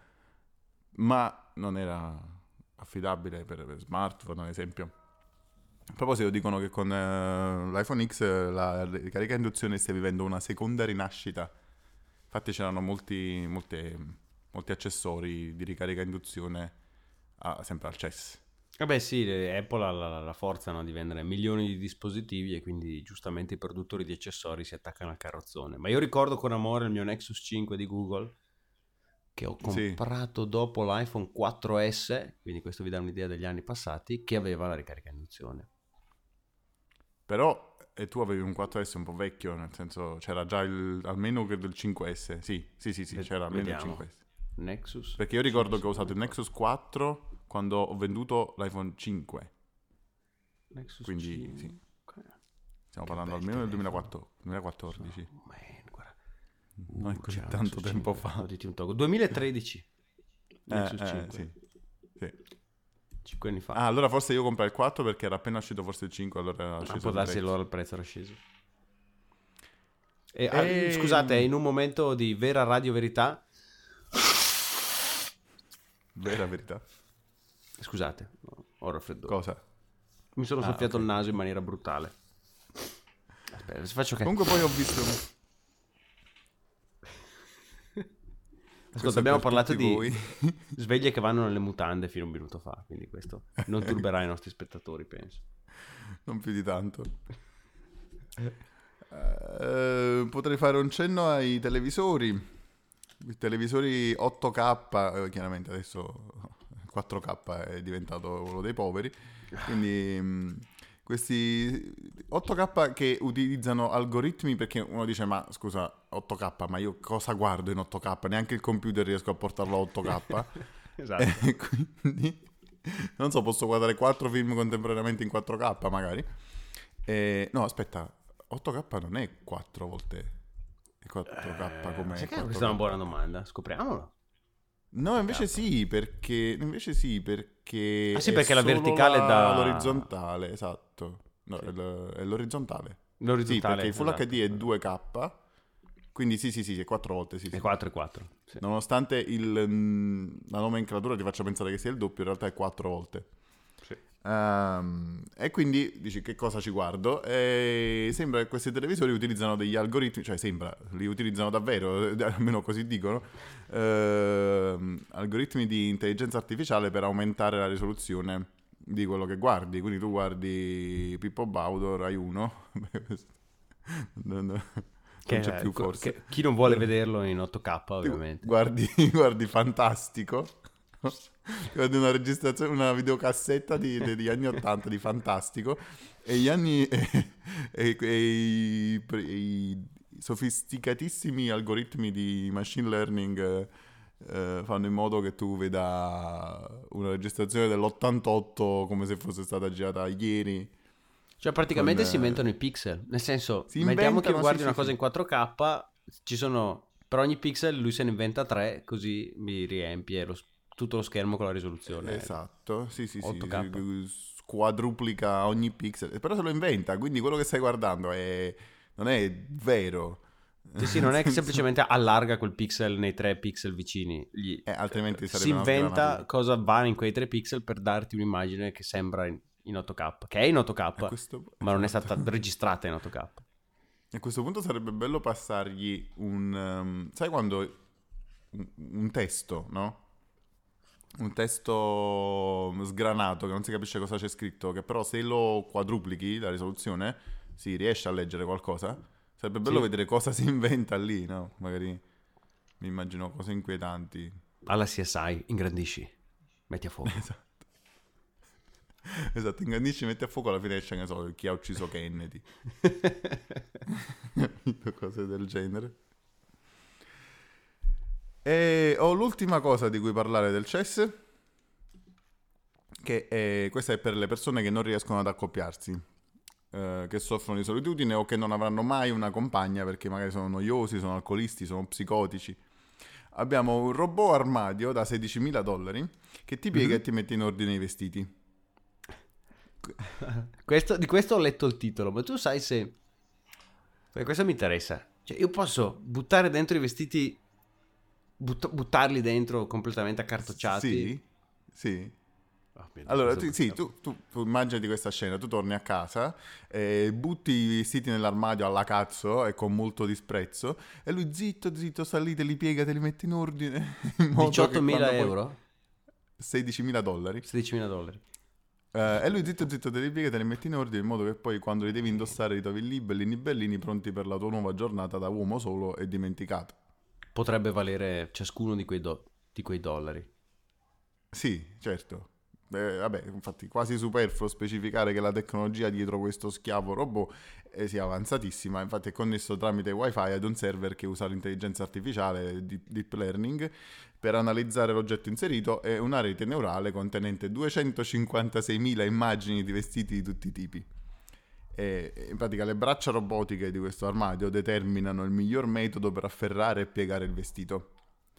ma non era affidabile per, per smartphone, ad esempio. A proposito, dicono che con eh, l'iPhone X eh, la ricarica a induzione stia vivendo una seconda rinascita. Infatti c'erano molti, molte- molti accessori di ricarica a induzione a- sempre al C E S. Vabbè sì, le- Apple ha la, la forza, no, di vendere milioni di dispositivi e quindi giustamente i produttori di accessori si attaccano al carrozzone. Ma io ricordo con amore il mio Nexus cinque di Google che ho Sì. comprato dopo l'iPhone quattro S, quindi questo vi dà un'idea degli anni passati, che aveva la ricarica a induzione. Però e tu avevi un quattro S un po' vecchio, nel senso c'era già il, almeno credo il cinque S. Sì, sì, sì, sì, Ve- c'era almeno vediamo. il cinque S. Nexus. Perché io ricordo Sì, che ho sì, usato il non Nexus quattro quando ho venduto l'iPhone cinque. Nexus Quindi cinque. sì, stiamo Che parlando bel almeno del telefono. duemilaquattordici. duemilaquattordici. Oh, man, guarda. Non è Uh, così c'era tanto Nexus tempo cinque. fa. No, diti un toco. duemilatredici. Nexus Eh, eh, cinque. sì, sì. cinque anni fa. Ah, allora forse io comprai il quattro perché era appena uscito forse il cinque, allora era Ah, sceso può il darsi prezzo. allora il prezzo era sceso. E, ah, Ehm. scusate, in un momento di vera radio verità Vera verità. Scusate, ho raffreddore. Cosa? Mi sono Ah, soffiato ok. il naso in maniera brutale. Aspetta, se faccio che... Comunque poi ho visto... Ascolta, questo abbiamo per parlato tutti di voi. sveglie che vanno nelle mutande fino a un minuto fa, quindi questo non turberà i nostri spettatori, penso. Non più di tanto. Eh, potrei fare un cenno ai televisori. I televisori otto K, eh, chiaramente adesso quattro K è diventato quello dei poveri. Quindi mh, questi otto K che utilizzano algoritmi, perché uno dice ma scusa otto K, ma io cosa guardo in otto K? Neanche il computer riesco a portarlo a otto K. Esatto. E quindi non so, posso guardare quattro film contemporaneamente in quattro K magari. E, no, aspetta, otto K non è quattro volte quattro K come Sai che quattro K? questa è una buona domanda, scopriamolo. No, invece sì, perché invece sì, perché Ah sì, è perché la solo verticale la- da- l'orizzontale, esatto. No, è, l- è l'orizzontale. Sì, L'orizzontale, perché il Full esatto. H D è due K. Quindi sì, sì, sì, è quattro volte, sì, È sì. quattro e quattro. Sì. Nonostante il, mm, la nomenclatura ti faccia pensare che sia il doppio, in realtà è quattro volte. Sì. Ehm, e quindi dici che cosa ci guardo? E sembra che questi televisori utilizzano degli algoritmi, cioè sembra, li utilizzano davvero, eh, almeno così dicono, ehm, algoritmi di intelligenza artificiale per aumentare la risoluzione di quello che guardi. Quindi tu guardi Pippo Baudo, Rai uno, non, non Che- c'è più co- forse. che- chi non vuole vederlo in otto K, ovviamente. Guardi, guardi Fantastico. Guardi una registrazione, una videocassetta di- degli anni ottanta di Fantastico e gli anni e, e- e i, i sofisticatissimi algoritmi di machine learning eh, eh, fanno in modo che tu veda una registrazione dell'ottantotto come se fosse stata girata ieri. Cioè praticamente Con, si eh, inventano i pixel, nel senso, si mettiamo che inventano, guardi sì, una sì, cosa sì. in quattro K, ci sono per ogni pixel lui se ne inventa tre, così mi riempie lo s- tutto lo schermo con la risoluzione. Esatto, sì, sì, sì, otto K. squadruplica ogni pixel, però se lo inventa, quindi quello che stai guardando è... non è vero. Sì, sì, non è che Nel senso- semplicemente allarga quel pixel nei tre pixel vicini, gli- Eh, altrimenti si sarebbe una inventa sgranata. cosa va in quei tre pixel per darti un'immagine che sembra in, in otto K, che è in otto K, A questo- ma non è esatto. stata registrata in otto K. A questo punto sarebbe bello passargli un... um, sai quando... un, un testo, no? Un testo sgranato che non si capisce cosa c'è scritto, che però se lo quadruplichi la risoluzione si riesce a leggere qualcosa. Sarebbe bello Sì. vedere cosa si inventa lì, no? Magari mi immagino cose inquietanti. Alla C S I, ingrandisci, metti a fuoco. Esatto. Esatto, ingrandisci, metti a fuoco, alla fine esce, che ne so, chi ha ucciso Kennedy. Cose del genere. E ho l'ultima cosa di cui parlare del chess, che è, questa è per le persone che non riescono ad accoppiarsi, eh, che soffrono di solitudine o che non avranno mai una compagna perché magari sono noiosi, sono alcolisti, sono psicotici. Abbiamo un robot armadio da sedicimila dollari che ti piega e ti mette in ordine i vestiti. Questo- di questo ho letto il titolo, ma tu sai se... Perché questo mi interessa. Cioè, io posso buttare dentro i vestiti, butt- buttarli dentro completamente accartocciati? Sì, sì. Oh, mio Dio, Allora, cosa tu, sì, possiamo- tu, tu, tu immagini questa scena, tu torni a casa, eh, butti i vestiti nell'armadio alla cazzo e con molto disprezzo, e lui zitto, zitto, sta lì, te li piega, te li mette in ordine. In modo che diciottomila quando poi- euro? sedicimila dollari. sedicimila dollari. Eh, e lui zitto, zitto, te li piega, te li metti in ordine, in modo che poi quando li devi indossare li trovi lì, bellini bellini, pronti per la tua nuova giornata da uomo solo e dimenticato. Potrebbe valere ciascuno di quei, do- di quei dollari. Sì, certo. Eh, vabbè, infatti quasi superfluo specificare che la tecnologia dietro questo schiavo robot eh, sia avanzatissima, infatti è connesso tramite wifi ad un server che usa l'intelligenza artificiale di deep learning per analizzare l'oggetto inserito e una rete neurale contenente duecentocinquantaseimila immagini di vestiti di tutti i tipi. E, in pratica le braccia robotiche di questo armadio determinano il miglior metodo per afferrare e piegare il vestito.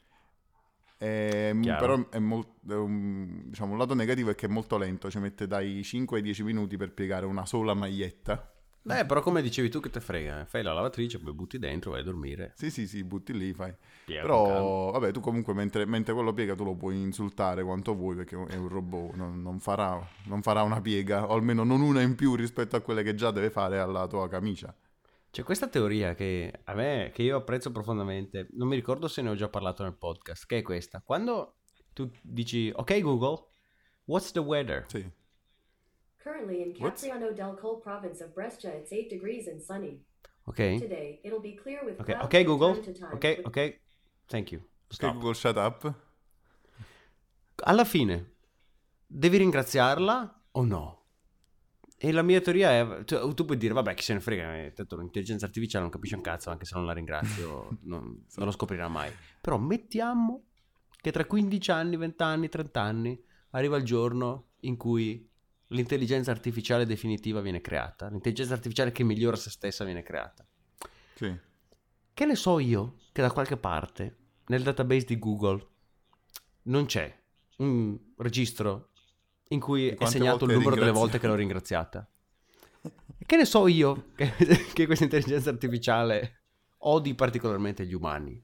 Ehm, Chiaro. però è mol- è un, diciamo, un lato negativo è che è molto lento, ci mette dai cinque ai dieci minuti per piegare una sola maglietta, Beh, però come dicevi tu, che te frega, fai la lavatrice, poi butti dentro, vai a dormire. Sì, sì, sì, butti lì, fai. Piega con calma. Però, vabbè, tu comunque mentre, mentre quello piega tu lo puoi insultare quanto vuoi perché è un robot, non, non farà, non farà una piega, o almeno non una in più rispetto a quelle che già deve fare alla tua camicia. C'è questa teoria che a me, che io apprezzo profondamente, non mi ricordo se ne ho già parlato nel podcast, che è questa. Quando tu dici, ok Google, what's the weather? Sì. Currently in What's- Capriano del Col province of Brescia, it's eight degrees and sunny. Ok? Today, it'll be clear with Ok, clouds ok from Google, time to time. ok, with- ok, thank you. Ok, Stop. Google, shut up. Alla fine, devi ringraziarla o no? E la mia teoria è, cioè, tu puoi dire, vabbè, chi se ne frega, eh, tanto l'intelligenza artificiale non capisce un cazzo, anche se non la ringrazio, non, non lo scoprirà mai. Però mettiamo che tra quindici anni, venti anni, trenta anni arriva il giorno in cui l'intelligenza artificiale definitiva viene creata, l'intelligenza artificiale che migliora se stessa viene creata. Sì. Che ne so io che da qualche parte nel database di Google non c'è un registro in cui è quante segnato il volte numero delle ringrazia- volte che l'ho ringraziata. E che ne so io che, che questa intelligenza artificiale odi particolarmente gli umani.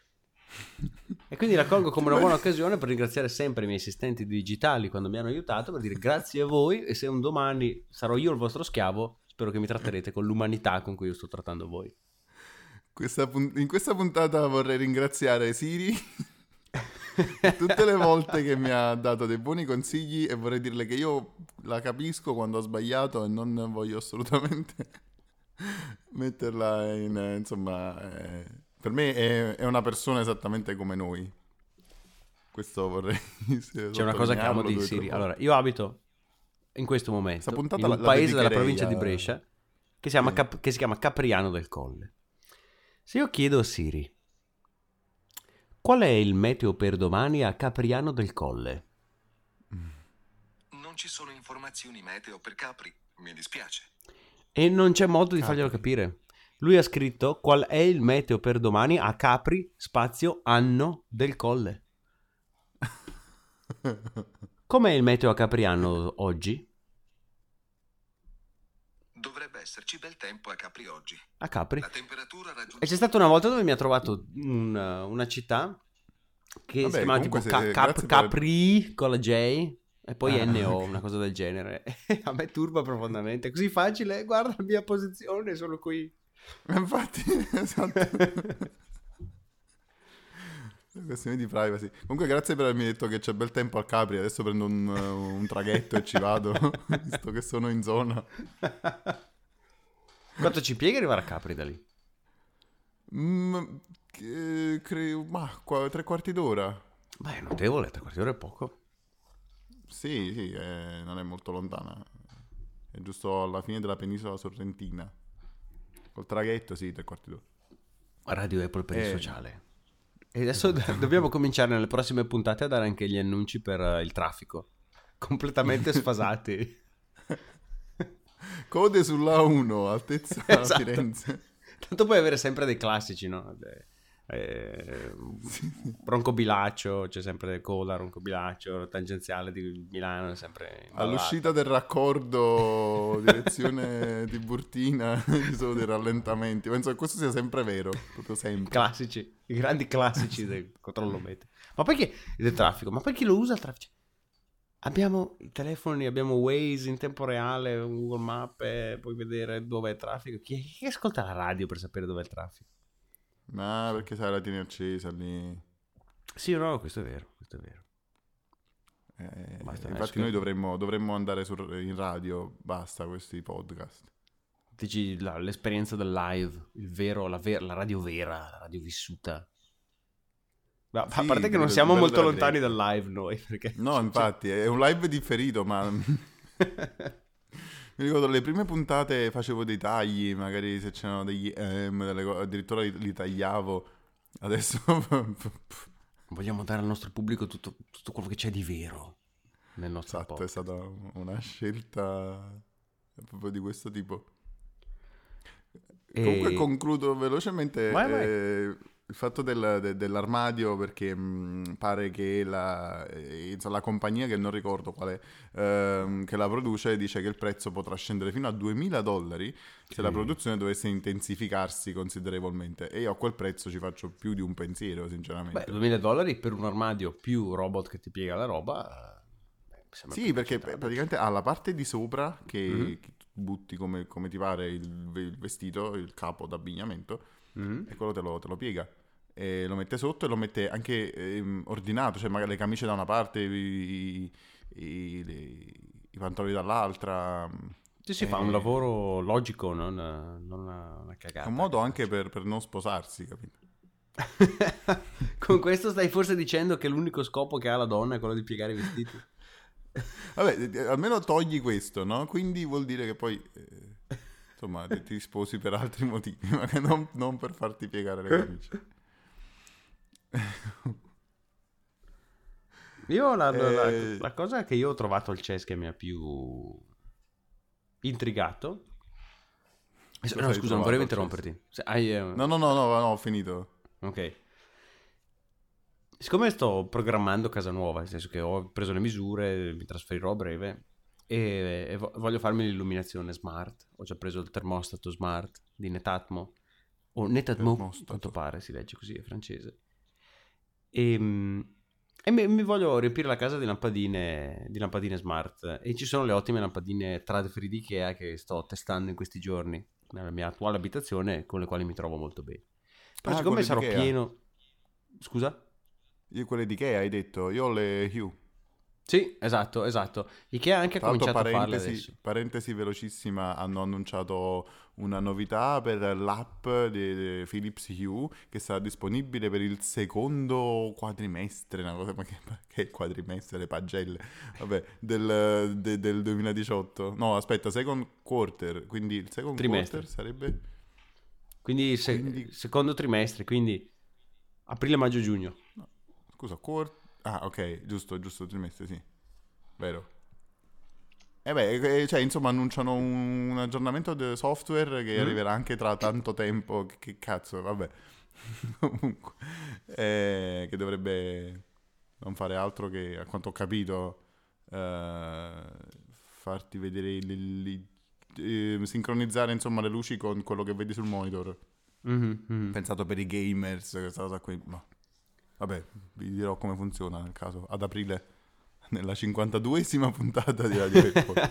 E quindi la colgo come una buona occasione per ringraziare sempre i miei assistenti digitali quando mi hanno aiutato, per dire grazie a voi, e se un domani sarò io il vostro schiavo, spero che mi tratterete con l'umanità con cui io sto trattando voi. Questa pun- in questa puntata vorrei ringraziare Siri tutte le volte che mi ha dato dei buoni consigli, e vorrei dirle che io la capisco quando ho sbagliato e non voglio assolutamente metterla in, eh, insomma, eh, per me è, è una persona esattamente come noi. Questo vorrei C'è una cosa che amo di Siri. Allora, io abito in questo momento Questa puntata in un la- la paese della dedicherei provincia a- di Brescia che si, chiama Sì. Cap- che si chiama Capriano del Colle. Se io chiedo a Siri qual è il meteo per domani a Capriano del Colle, Non ci sono informazioni meteo per Capri, mi dispiace. e non c'è modo di Capri. farglielo capire, lui ha scritto qual è il meteo per domani a Capri spazio anno del Colle. Com'è il meteo a Capriano oggi? Dovrebbe esserci bel tempo a Capri oggi. A Capri. La temperatura raggiunge... E c'è stata una volta dove mi ha trovato un- una città che Vabbè, si chiamava tipo comunque Ca- se- Cap- grazie per- Capri con la J e poi Ah, N O, ok. una cosa del genere. A me turba profondamente. È così facile, guarda la mia posizione, sono qui. Infatti, esatto. Questione di privacy. Comunque grazie per avermi detto che c'è bel tempo al Capri. Adesso prendo un, un traghetto e ci vado, visto che sono in zona. Quanto ci piega arrivare a Capri da lì? Mm, che- cre- ma qua, tre quarti d'ora. Beh, è notevole, tre quarti d'ora è poco. Sì, sì, eh, non è molto lontana. È giusto alla fine della penisola sorrentina. Col traghetto, sì, tre quarti d'ora. Radio Apple per il Eh. sociale. E adesso dobbiamo cominciare nelle prossime puntate a dare anche gli annunci per eh, il traffico. Completamente sfasati. Code sulla uno, altezza Esatto. Firenze. Tanto puoi avere sempre dei classici, no? Eh, eh, Roncobilaccio, c'è sempre coda, Roncobilaccio, tangenziale di Milano, è sempre imballata. All'uscita del raccordo direzione Tiburtina ci sono dei rallentamenti. Penso che questo sia sempre vero, proprio sempre. Classici, i grandi classici del controllo meteo. Ma perché del traffico? Ma perché lo usa il traffico? Abbiamo i telefoni, abbiamo Waze in tempo reale, Google Maps, eh, puoi vedere dove è il traffico. Chi, chi ascolta la radio per sapere dove è il traffico? Ma perché sai la tieni accesa lì? Sì, no, questo è vero, questo è vero. Eh, Basta, infatti esco. noi dovremmo, dovremmo andare su, in radio, basta questi podcast. Dici la- l'esperienza del live, il vero, la, ver- la radio vera, la radio vissuta. Ma, a Sì, parte che non il siamo bello molto della lontani diretta. dal live noi, perché... No, infatti, è un live differito, ma... Mi ricordo le prime puntate facevo dei tagli, magari se c'erano degli ehm, delle co- addirittura li, li tagliavo. Adesso Vogliamo dare al nostro pubblico tutto, tutto quello che c'è di vero nel nostro esatto, è podcast. stata una scelta proprio di questo tipo. E- Comunque concludo velocemente. Vai, vai. eh, il fatto del- de- dell'armadio, perché mh, pare che la, eh, insomma, la compagnia, che non ricordo qual è, ehm, che la produce, dice che il prezzo potrà scendere fino a duemila dollari se la Sì. produzione dovesse intensificarsi considerevolmente. E io a quel prezzo ci faccio più di un pensiero, Beh, sinceramente. duemila dollari per un armadio più robot che ti piega la roba. eh, mi sembra Sì, più perché accettabile. praticamente ha la parte di sopra che, Mhm. che tu butti come, come ti pare il, il vestito, il capo d'abbigliamento, Mhm. e quello te lo, te lo piega. E lo mette sotto e lo mette anche ehm, ordinato, cioè magari le camicie da una parte, i, i- le- i pantaloni dall'altra. Sì, si È fa un lavoro logico, non, non una, una è cagata. un modo che anche faccio. per, per non sposarsi, capito? Con questo stai forse dicendo che l'unico scopo che ha la donna è quello di piegare i vestiti? Vabbè, eh, almeno togli questo, no? Quindi vuol dire che poi, eh, insomma, ti, ti sposi per altri motivi, ma che non, non per farti piegare le camicie. Io la, la- la- Eh, la cosa che io ho trovato al C E S che mi ha più intrigato. cosa No, hai scusa, non trovato volevo al C E S? interromperti. Se hai, eh, No, no, no, no, no, ho finito. Ok. Siccome sto programmando casa nuova, nel senso che ho preso le misure, mi trasferirò a breve e, e vo- voglio farmi l'illuminazione smart. Ho già preso il termostato smart di Netatmo, o Netatmo, Termostato. a quanto pare si legge così, è francese. E, mm, e mi, mi voglio riempire la casa di lampadine, di lampadine smart. E ci sono le ottime lampadine Tradfri di Ikea che sto testando in questi giorni nella mia attuale abitazione, con le quali mi trovo molto bene. Però Ah, siccome quelle sarò di Ikea? pieno... Scusa? Io quelle di Ikea hai detto, io ho le Hue. Sì, esatto, esatto. Ikea anche ha Tra l'altro, cominciato a farle parentesi, adesso. parentesi velocissima, hanno annunciato una novità per l'app di di Philips Hue che sarà disponibile per il secondo quadrimestre, una cosa, ma che, ma che è quadrimestre, le pagelle, vabbè, del, de- del duemiladiciotto. No, aspetta, second quarter, quindi il second Trimestre. quarter sarebbe... Quindi, se- Quindi- secondo trimestre, quindi aprile, maggio, giugno. no, scusa, quart... Ah, ok, giusto, giusto, trimestre, sì, vero. E beh, eh, cioè, insomma, annunciano un, un aggiornamento del software che Mm. arriverà anche tra tanto tempo. Che, che cazzo, vabbè. Comunque, eh, che dovrebbe non fare altro che, a quanto ho capito, eh, farti vedere, il- il- eh, sincronizzare, insomma, le luci con quello che vedi sul monitor. Mhm, mhm. Pensato per i gamers, questa cosa qui. Ma vabbè, vi dirò come funziona nel caso. Ad aprile, nella cinquantaduesima puntata di Radio Apple.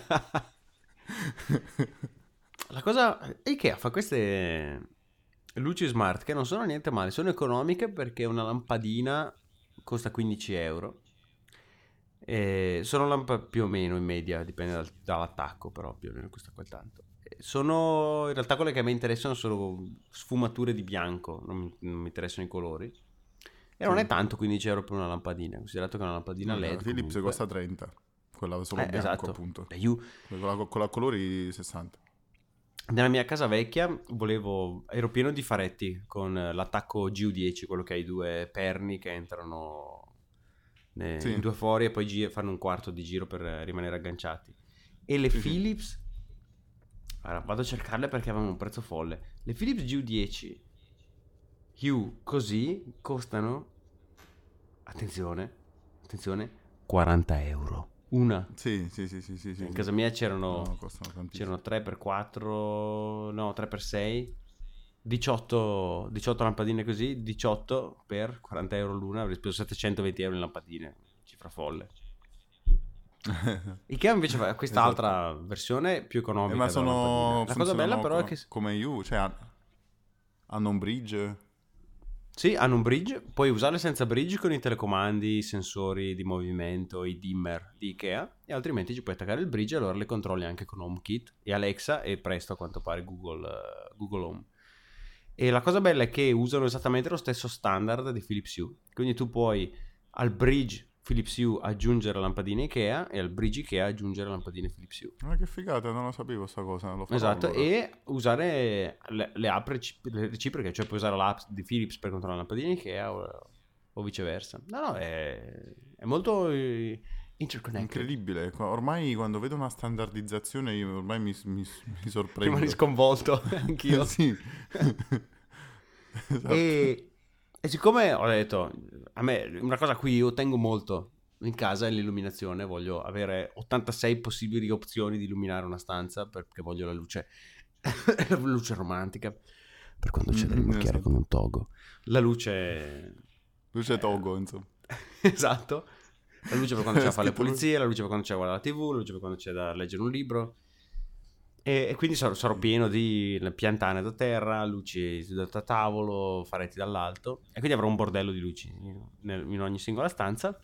La cosa... Ikea fa queste luci smart che non sono niente male, sono economiche perché una lampadina costa quindici euro. E sono lampe più o meno in media, dipende dal- dall'attacco, però più o meno costa quel tanto. E sono in realtà quelle che mi interessano sono sfumature di bianco, non mi, non mi interessano i colori. E non Sì. è tanto quindici euro per una lampadina, considerato che è una lampadina No, L E D. la Philips comunque. costa trenta, quella solo Eh, bianco, esatto. appunto. Beh, io Quella con la colori sessanta. nella mia casa vecchia volevo, ero pieno di faretti con l'attacco G U dieci, quello che ha i due perni che entrano ne- Sì. in due fori e poi gi- fanno un quarto di giro per rimanere agganciati. E le Sì, sì. Philips, allora, vado a cercarle perché avevano un prezzo folle. Le Philips G U dieci Hue così costano, attenzione, attenzione, quaranta euro. Una. Sì, sì, sì, sì, sì, sì, In sì. casa mia c'erano... No, costano tantissimo. C'erano tre per quattro, no, tre per sei, diciotto, diciotto lampadine così, diciotto per quaranta euro l'una, avrei speso settecentoventi euro in lampadine, cifra folle. Ikea invece fa quest'altra versione più economica Eh, ma della sono, lampadina. La cosa bella funzionano però è co- che come Hue, cioè han- hanno un bridge. sì, hanno un bridge, puoi usarle senza bridge con i telecomandi, i sensori di movimento, i dimmer di Ikea, e altrimenti ci puoi attaccare il bridge e allora le controlli anche con HomeKit e Alexa e presto a quanto pare Google, eh, Google Home. E la cosa bella è che usano esattamente lo stesso standard di Philips Hue, quindi tu puoi al bridge Philips Hue aggiungere lampadine Ikea e al bridge Ikea aggiungere lampadine Philips Hue. Ma che figata, non lo sapevo sta cosa, lo farò Esatto, allora. e usare le, le app reci- le reciproche, cioè puoi usare l'app di Philips per controllare la lampadina Ikea o, o viceversa. No, no, è, è molto eh, interconnected. Incredibile, Qua- ormai quando vedo una standardizzazione io ormai mi, mi, mi sorprendo. Rimani sconvolto, anch'io. Sì. Esatto. E E siccome ho detto, a me una cosa a cui io tengo molto in casa è l'illuminazione, voglio avere ottantasei possibili opzioni di illuminare una stanza perché voglio la luce, la luce romantica, per quando c'è da rimorchiare con un togo. La luce... Luce togo, insomma. Esatto. La luce per quando c'è da fare le pulizie, la luce per quando c'è da guardare la tivù, la luce per quando c'è da leggere un libro. E, e quindi sarò, sarò pieno di piantane da terra, luci da tavolo, faretti dall'alto. E quindi avrò un bordello di luci in, in ogni singola stanza.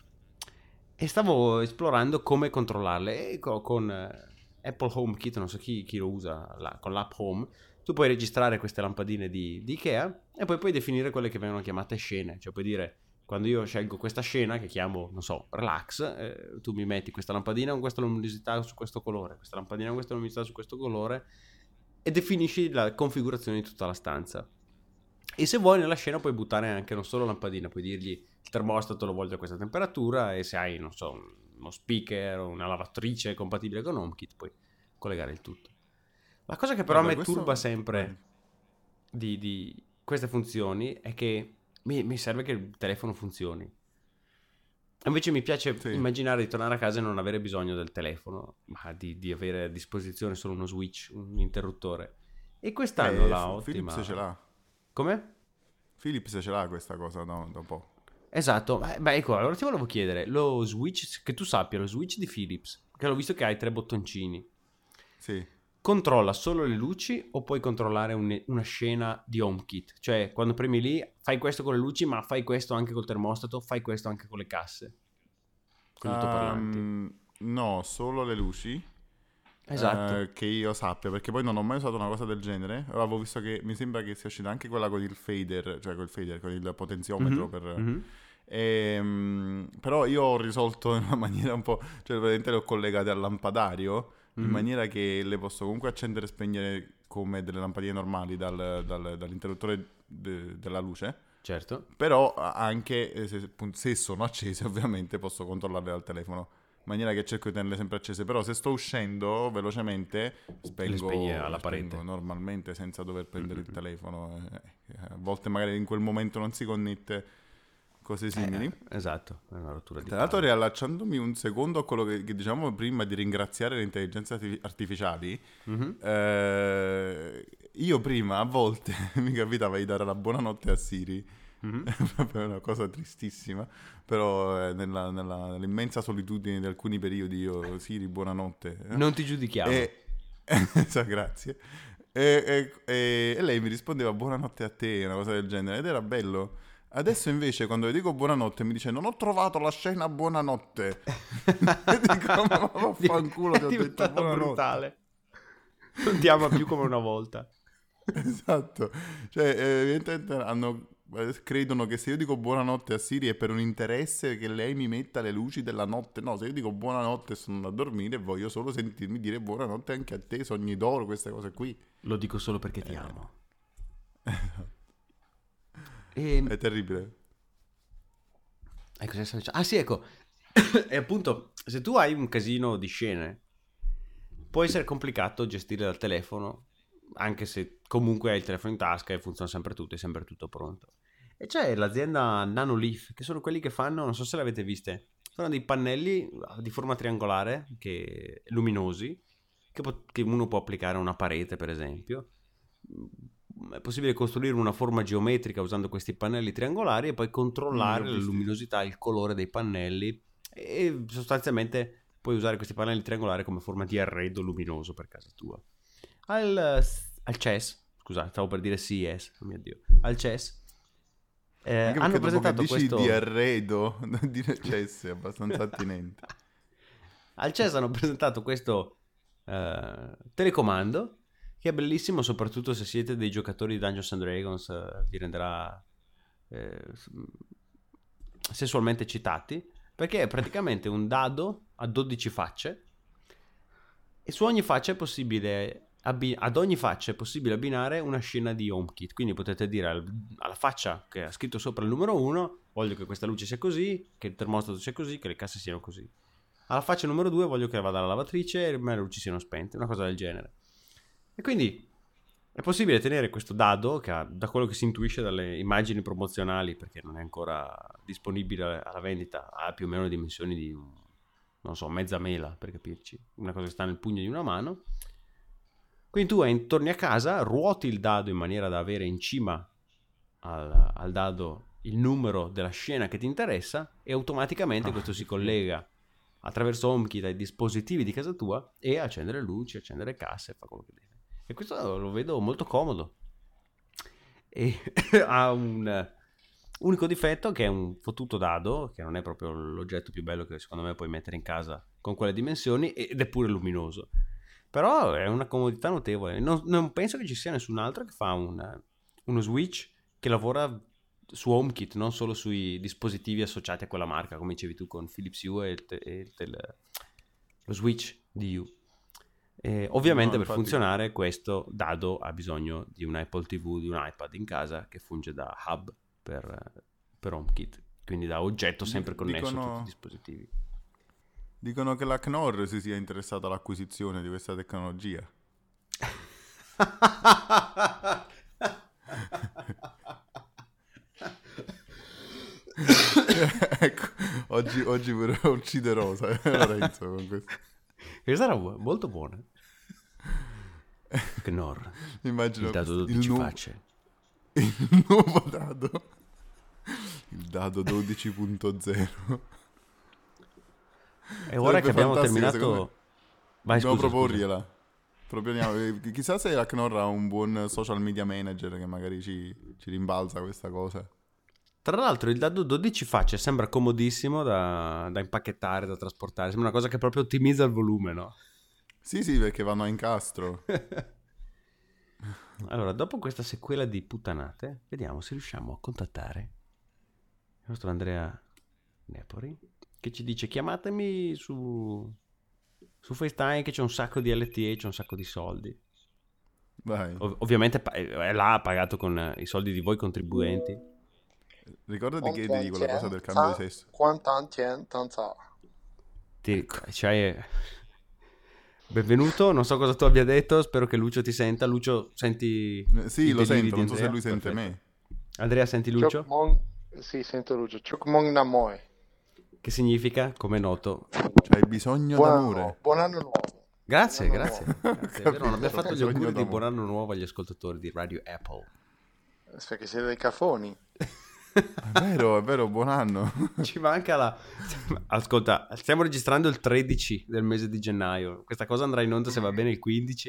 E stavo esplorando come controllarle. E con, con Apple HomeKit, non so chi, chi lo usa, la, con l'app Home, tu puoi registrare queste lampadine di, di Ikea e poi puoi definire quelle che vengono chiamate scene. Cioè puoi dire, quando io scelgo questa scena che chiamo, non so, relax, eh, tu mi metti questa lampadina con questa luminosità su questo colore, questa lampadina con questa luminosità su questo colore, e definisci la configurazione di tutta la stanza. E se vuoi nella scena puoi buttare anche non solo lampadina, puoi dirgli il termostato lo voglio a questa temperatura, e se hai, non so, uno speaker o una lavatrice compatibile con HomeKit puoi collegare il tutto. La cosa che però a me questo... turba sempre di, di queste funzioni è che mi, mi serve che il telefono funzioni. Invece mi piace sì. immaginare di tornare a casa e non avere bisogno del telefono, ma di, di avere a disposizione solo uno switch, un interruttore. E quest'anno eh, la ottima... Philips ce l'ha. Come? Philips ce l'ha questa cosa da, da un po'. Esatto, beh, beh ecco, allora ti volevo chiedere, lo switch, che tu sappia, lo switch di Philips, che l'ho visto che hai tre bottoncini. Sì. Controlla solo le luci o puoi controllare un, una scena di HomeKit? Cioè, quando premi lì, fai questo con le luci, ma fai questo anche col termostato, fai questo anche con le casse? Con gli altoparlanti. Um, no, solo le luci. Esatto. Uh, che io sappia, perché poi non ho mai usato una cosa del genere. Avevo visto che mi sembra che sia uscita anche quella con il fader, cioè con il fader, con il potenziometro. Mm-hmm. per... Mm-hmm. E, um, però io ho risolto in una maniera un po'... Cioè, praticamente le ho collegate al lampadario, in mm-hmm. maniera che le posso comunque accendere e spegnere come delle lampadine normali dal, dal, dall'interruttore de, della luce. Certo. Però anche se, se sono accese, ovviamente posso controllarle dal telefono, in maniera che cerco di tenerle sempre accese. Però se sto uscendo velocemente spengo, alla parete spengo normalmente senza dover prendere mm-hmm. il telefono. Eh, a volte magari in quel momento non si connette, cose simili. Eh, esatto, è una rottura di Tra l'altro, riallacciandomi un secondo a quello che, che dicevamo prima di ringraziare le intelligenze artificiali, mm-hmm. eh, io prima a volte mi capitava di dare la buonanotte a Siri, mm-hmm. proprio una cosa tristissima, però eh, nella, nella, nell'immensa solitudine di alcuni periodi io, Siri, buonanotte. Eh? Non ti giudichiamo. E, eh, grazie. E, e, e, e lei mi rispondeva buonanotte a te, una cosa del genere, ed era bello. Adesso invece quando le dico buonanotte mi dice non ho trovato la scena buonanotte. E dico ma vaffanculo, ti ho detto buonanotte. Brutale. Non ti ama più come una volta. Esatto. Cioè evidentemente hanno, credono che se io dico buonanotte a Siri è per un interesse che lei mi metta le luci della notte. No, se io dico buonanotte sono a dormire e voglio solo sentirmi dire buonanotte anche a te, sogni d'oro, queste cose qui. Lo dico solo perché ti eh. amo. E... È terribile. Ecco, ah sì, ecco. E appunto, se tu hai un casino di scene, può essere complicato gestire dal telefono, anche se comunque hai il telefono in tasca e funziona sempre tutto, è sempre tutto pronto. E c'è l'azienda Nanoleaf, che sono quelli che fanno, non so se l'avete viste, sono dei pannelli di forma triangolare, che luminosi, che, po- che uno può applicare a una parete, per esempio. È possibile costruire una forma geometrica usando questi pannelli triangolari e poi controllare mm, la luminosità, il colore dei pannelli, e sostanzialmente puoi usare questi pannelli triangolari come forma di arredo luminoso per casa tua. Al, al C E S, scusate, stavo per dire C E S, oh mio Dio, al C E S eh, hanno presentato dici questo di arredo, non dire C E S, è abbastanza attinente. Al C E S hanno presentato questo eh, telecomando che è bellissimo, soprattutto se siete dei giocatori di Dungeons and Dragons, eh, vi renderà eh, sessualmente eccitati, perché è praticamente un dado a dodici facce e su ogni faccia è possibile abbi- ad ogni faccia è possibile abbinare una scena di HomeKit. Quindi potete dire al, alla faccia che ha scritto sopra il numero uno voglio che questa luce sia così, che il termostato sia così, che le casse siano così. Alla faccia numero due voglio che vada la lavatrice e le luci siano spente, una cosa del genere. E quindi È possibile tenere questo dado, che ha, da quello che si intuisce dalle immagini promozionali, perché non è ancora disponibile alla vendita, ha più o meno le dimensioni di, un, non so, mezza mela, per capirci, una cosa che sta nel pugno di una mano. Quindi tu torni a casa, ruoti il dado in maniera da avere in cima al, al dado il numero della scena che ti interessa, e automaticamente questo si collega attraverso HomeKit ai dispositivi di casa tua e accendere luci, accendere casse, fa quello che deve. E questo lo vedo molto comodo. E ha un unico difetto, che è un fottuto dado, che non è proprio l'oggetto più bello che secondo me puoi mettere in casa con quelle dimensioni, ed è pure luminoso. Però è una comodità notevole. Non, non penso che ci sia nessun altro che fa un, uno switch che lavora su HomeKit, non solo sui dispositivi associati a quella marca, come dicevi tu con Philips Hue e, il te, e il tele, lo switch di Hue. E ovviamente no, per funzionare questo dado ha bisogno di un Apple ti vu, di un iPad in casa che funge da hub per, per HomeKit, quindi da oggetto sempre connesso dicono, a tutti i dispositivi. Dicono che la Knorr si sia interessata all'acquisizione di questa tecnologia. Ecco, oggi, oggi pure ucciderò Lorenzo con questo. Questa era bu- molto buona. Knorr. Immagino il dado dodici il nu- facce. Il nuovo dado. Il dado dodici punto zero. E ora che abbiamo terminato... Vai, dobbiamo scusa, proporgliela. scusa. Proponiamo. Chissà se la Knorr ha un buon social media manager che magari ci, ci rimbalza questa cosa. Tra l'altro il dado dodici facce sembra comodissimo da, da impacchettare, da trasportare. Sembra una cosa che proprio ottimizza il volume, no? Sì, sì, perché vanno a incastro. Allora, dopo questa sequela di puttanate, vediamo se riusciamo a contattare il nostro Andrea Nepori, che ci dice: chiamatemi su, su FaceTime che c'è un sacco di L T E, c'è un sacco di soldi. Vai. Ov- ovviamente è là pagato con i soldi di voi contribuenti. Ricordati che devi quella cosa del cambio di sesso. Ti, cioè, benvenuto, non so cosa tu abbia detto, spero che Lucio ti senta. Lucio, senti? Eh, sì, lo sento, non so se lui sente Perfetto. me. Andrea, senti Lucio? Chokmong... Sì, sento Lucio. Chokmong Namoe. Che significa, come è noto? C'hai bisogno Buon d'amore. anno, buon anno nuovo. Grazie, Buon anno grazie. nuovo. grazie. È vero, non abbiamo fatto gli Bisogno auguri di d'amore. buon anno nuovo agli ascoltatori di Radio Apple. Perché siete dei cafoni. È vero, è vero, buon anno. Ci manca la... Ascolta, stiamo registrando il tredici del mese di gennaio. Questa cosa andrà in onda, se va bene, il quindici.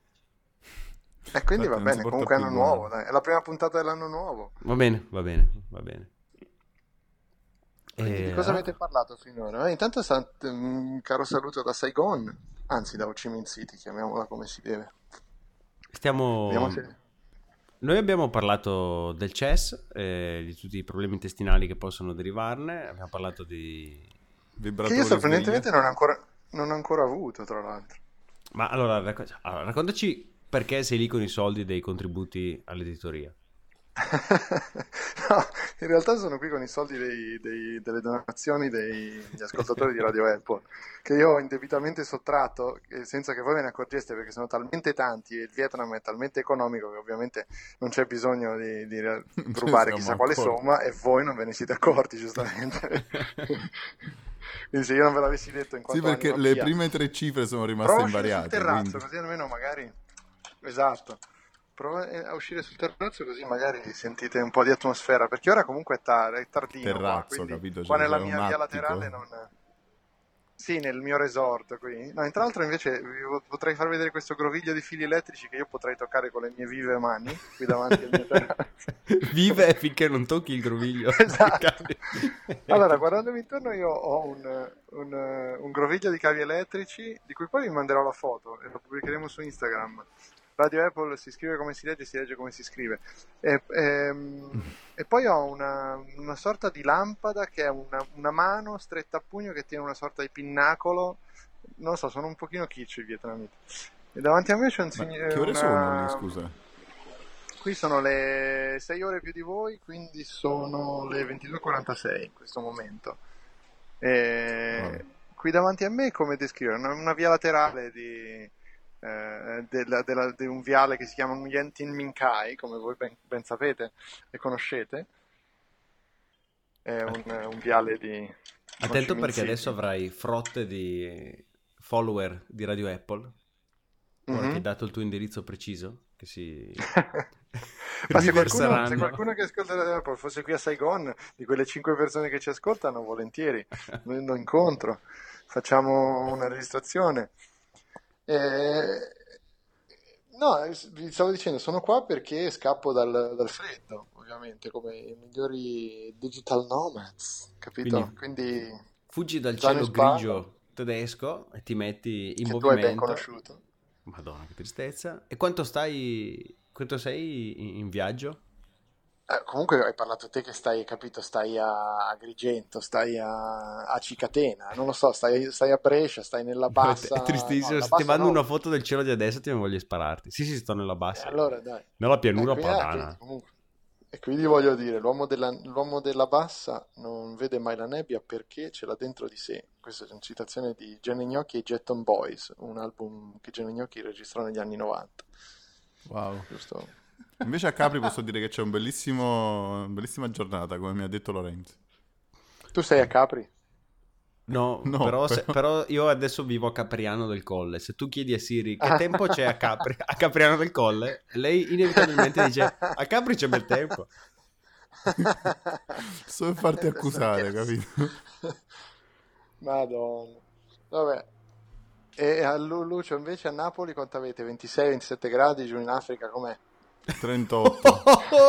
E quindi Infatti va non bene, si porta comunque più anno buono. nuovo, dai. È la prima puntata dell'anno nuovo. Va bene, va bene, va bene. Quindi E... di cosa avete parlato finora? Eh, intanto sa- un caro saluto da Saigon, anzi da Ho Chi Minh City, chiamiamola come si deve. Stiamo... Vediamo se... Noi abbiamo parlato del C E S, eh, di tutti i problemi intestinali che possono derivarne. Abbiamo parlato di... Che Vibratori io sorprendentemente sveglia. non ho ancora, non ho ancora avuto, tra l'altro. Ma allora, racc- allora, raccontaci perché sei lì con i soldi dei contributi all'editoria. No, in realtà sono qui con i soldi dei- dei- delle donazioni dei- degli ascoltatori di Radio Apple, che io ho indebitamente sottratto, eh, senza che voi ve ne accorgeste, perché sono talmente tanti e il Vietnam è talmente economico che ovviamente non c'è bisogno di, di rubare siamo chissà quale accorti. somma, e voi non ve ne siete accorti, giustamente. Quindi se io non ve l'avessi detto in Sì, quanto perché anni le via, prime tre cifre sono rimaste prova a uscire sul invariate. terrazzo, Quindi... così almeno magari... Esatto. Prova a uscire sul terrazzo così magari sentite un po' di atmosfera, perché ora comunque è, tar- è tardino qua, Terrazzo, quindi capito? qua Cioè, nella c'è mia un via attico. laterale non... Sì, nel mio resort qui. No, tra l'altro invece vi vo- potrei far vedere questo groviglio di fili elettrici che io potrei toccare con le mie vive mani qui davanti al mio terrazzo. Vive finché non tocchi il groviglio. Esatto. Allora, guardandomi intorno io ho un, un, un groviglio di cavi elettrici di cui poi vi manderò la foto e lo pubblicheremo su Instagram. Radio Apple si scrive come si legge, si legge come si scrive. E, ehm, e poi ho una, una sorta di lampada che è una, una mano stretta a pugno che tiene una sorta di pinnacolo. Non lo so, sono un pochino kitsch i vietnamiti. E davanti a me c'è un Ma signore. che ore sono lì, scusa? Qui sono le sei ore più di voi, quindi sono le ventidue e quarantasei in questo momento. E Vabbè. qui davanti a me, come descrivere? Una, una via laterale di, eh, della- della- di un viale che si chiama Nguyen Tin Minh Khai, come voi ben, ben sapete e conoscete. È un, un viale di Ho Chi Attento Minh perché City. adesso avrai frotte di follower di Radio Apple. Ora che hai Mhm. dato il tuo indirizzo preciso, che si Ma se qualcuno, se riverseranno. qualcuno che ascolta Radio Apple fosse qui a Saigon, di quelle cinque persone che ci ascoltano, volentieri noi lo incontro, facciamo una registrazione. Eh, no, eh, vi stavo dicendo, sono qua perché scappo dal, dal freddo, ovviamente, come i migliori digital nomads, capito? Quindi Quindi fuggi dal zaino in cielo spalla, grigio tedesco e ti metti in che tu hai ben movimento. conosciuto. Madonna, che tristezza. E quanto stai, quanto sei in, in viaggio? Eh, comunque hai parlato te che stai, capito, stai a Agrigento, stai a, a Cicatena, non lo so, stai, stai a Brescia, stai nella No, è, è bassa, no, tristissimo. nella Se ti bassa mando una no, foto del cielo di adesso ti voglio spararti. Sì, sì, sto nella e bassa io. allora dai. Nella Eh, pianura quindi, ah, quindi padana. comunque. E quindi voglio dire, l'uomo della, l'uomo della bassa non vede mai la nebbia perché ce l'ha dentro di sé. Questa è una citazione di Gianni Gnocchi e Jetton Boys, un album che Gianni Gnocchi registrò negli anni novanta. Wow. Giusto? Invece a Capri posso dire che c'è un bellissimo, una bellissima giornata, come mi ha detto Lorenzo. Tu sei a Capri? No, No, però, se- però- però io adesso vivo a Capriano del Colle. Se tu chiedi a Siri che Ah. tempo c'è a, Capri, a Capriano del Colle, lei inevitabilmente dice a Capri c'è bel tempo. Solo per farti accusare, capito? Madonna. Vabbè. E a Lu- Lucio invece a Napoli quanto avete? ventisei ventisette gradi giù in Africa com'è? trentotto.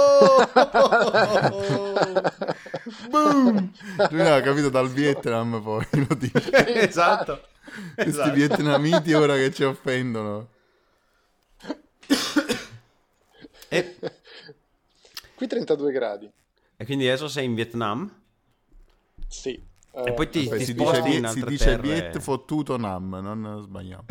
Boom! Lui l'ha capito dal Vietnam poi, lo dice. Esatto. Questi Esatto. vietnamiti ora che ci offendono. E, Qui trentadue gradi. e quindi adesso sei in Vietnam Sì. e Eh, poi ti, Beh, ti si dice, sposti in Viet, si altre dice terre. Viet fottuto Nam, non sbagliamo.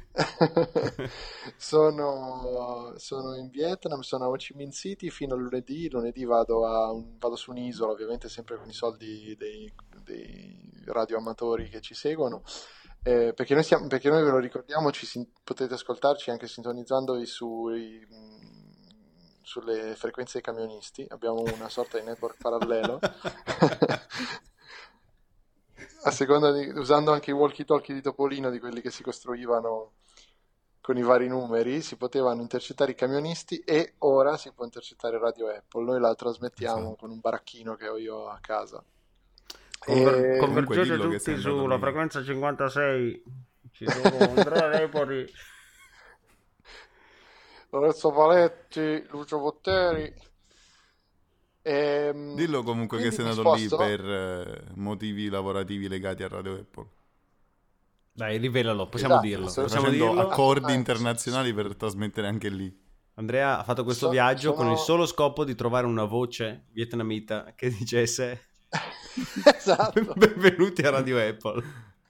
sono, sono in Vietnam, sono a Ho Chi Minh City fino a lunedì. Lunedì vado, a un- vado su un'isola, ovviamente sempre con i soldi dei, dei radioamatori che ci seguono. Eh, perché noi siamo, perché noi ve lo ricordiamo, ci sin- potete ascoltarci anche sintonizzandovi sui, mh, sulle frequenze dei camionisti. Abbiamo una sorta di network parallelo. A seconda di, usando anche i walkie-talkie di Topolino, di quelli che si costruivano con i vari numeri, si potevano intercettare i camionisti e ora si può intercettare Radio Apple. Noi la trasmettiamo Esatto. con un baracchino che ho io a casa. Conver- E- Comunque convergete dillo che tutti sei andato sulla lì. frequenza cinquantasei. Ci sono Andrea Repori. Lorenzo Paletti, Lucio Botteri. Ehm, Dillo comunque che quindi sei mi andato lì sposto. per eh, motivi lavorativi legati a Radio Apple. Dai, rivelalo, possiamo Esatto, dirlo. sto- Stai Possiamo facendo dirlo. accordi Ah, internazionali per trasmettere anche lì. Andrea ha fatto questo So- viaggio con il sono- solo scopo di trovare una voce vietnamita che dicesse Esatto. benvenuti a Radio Apple.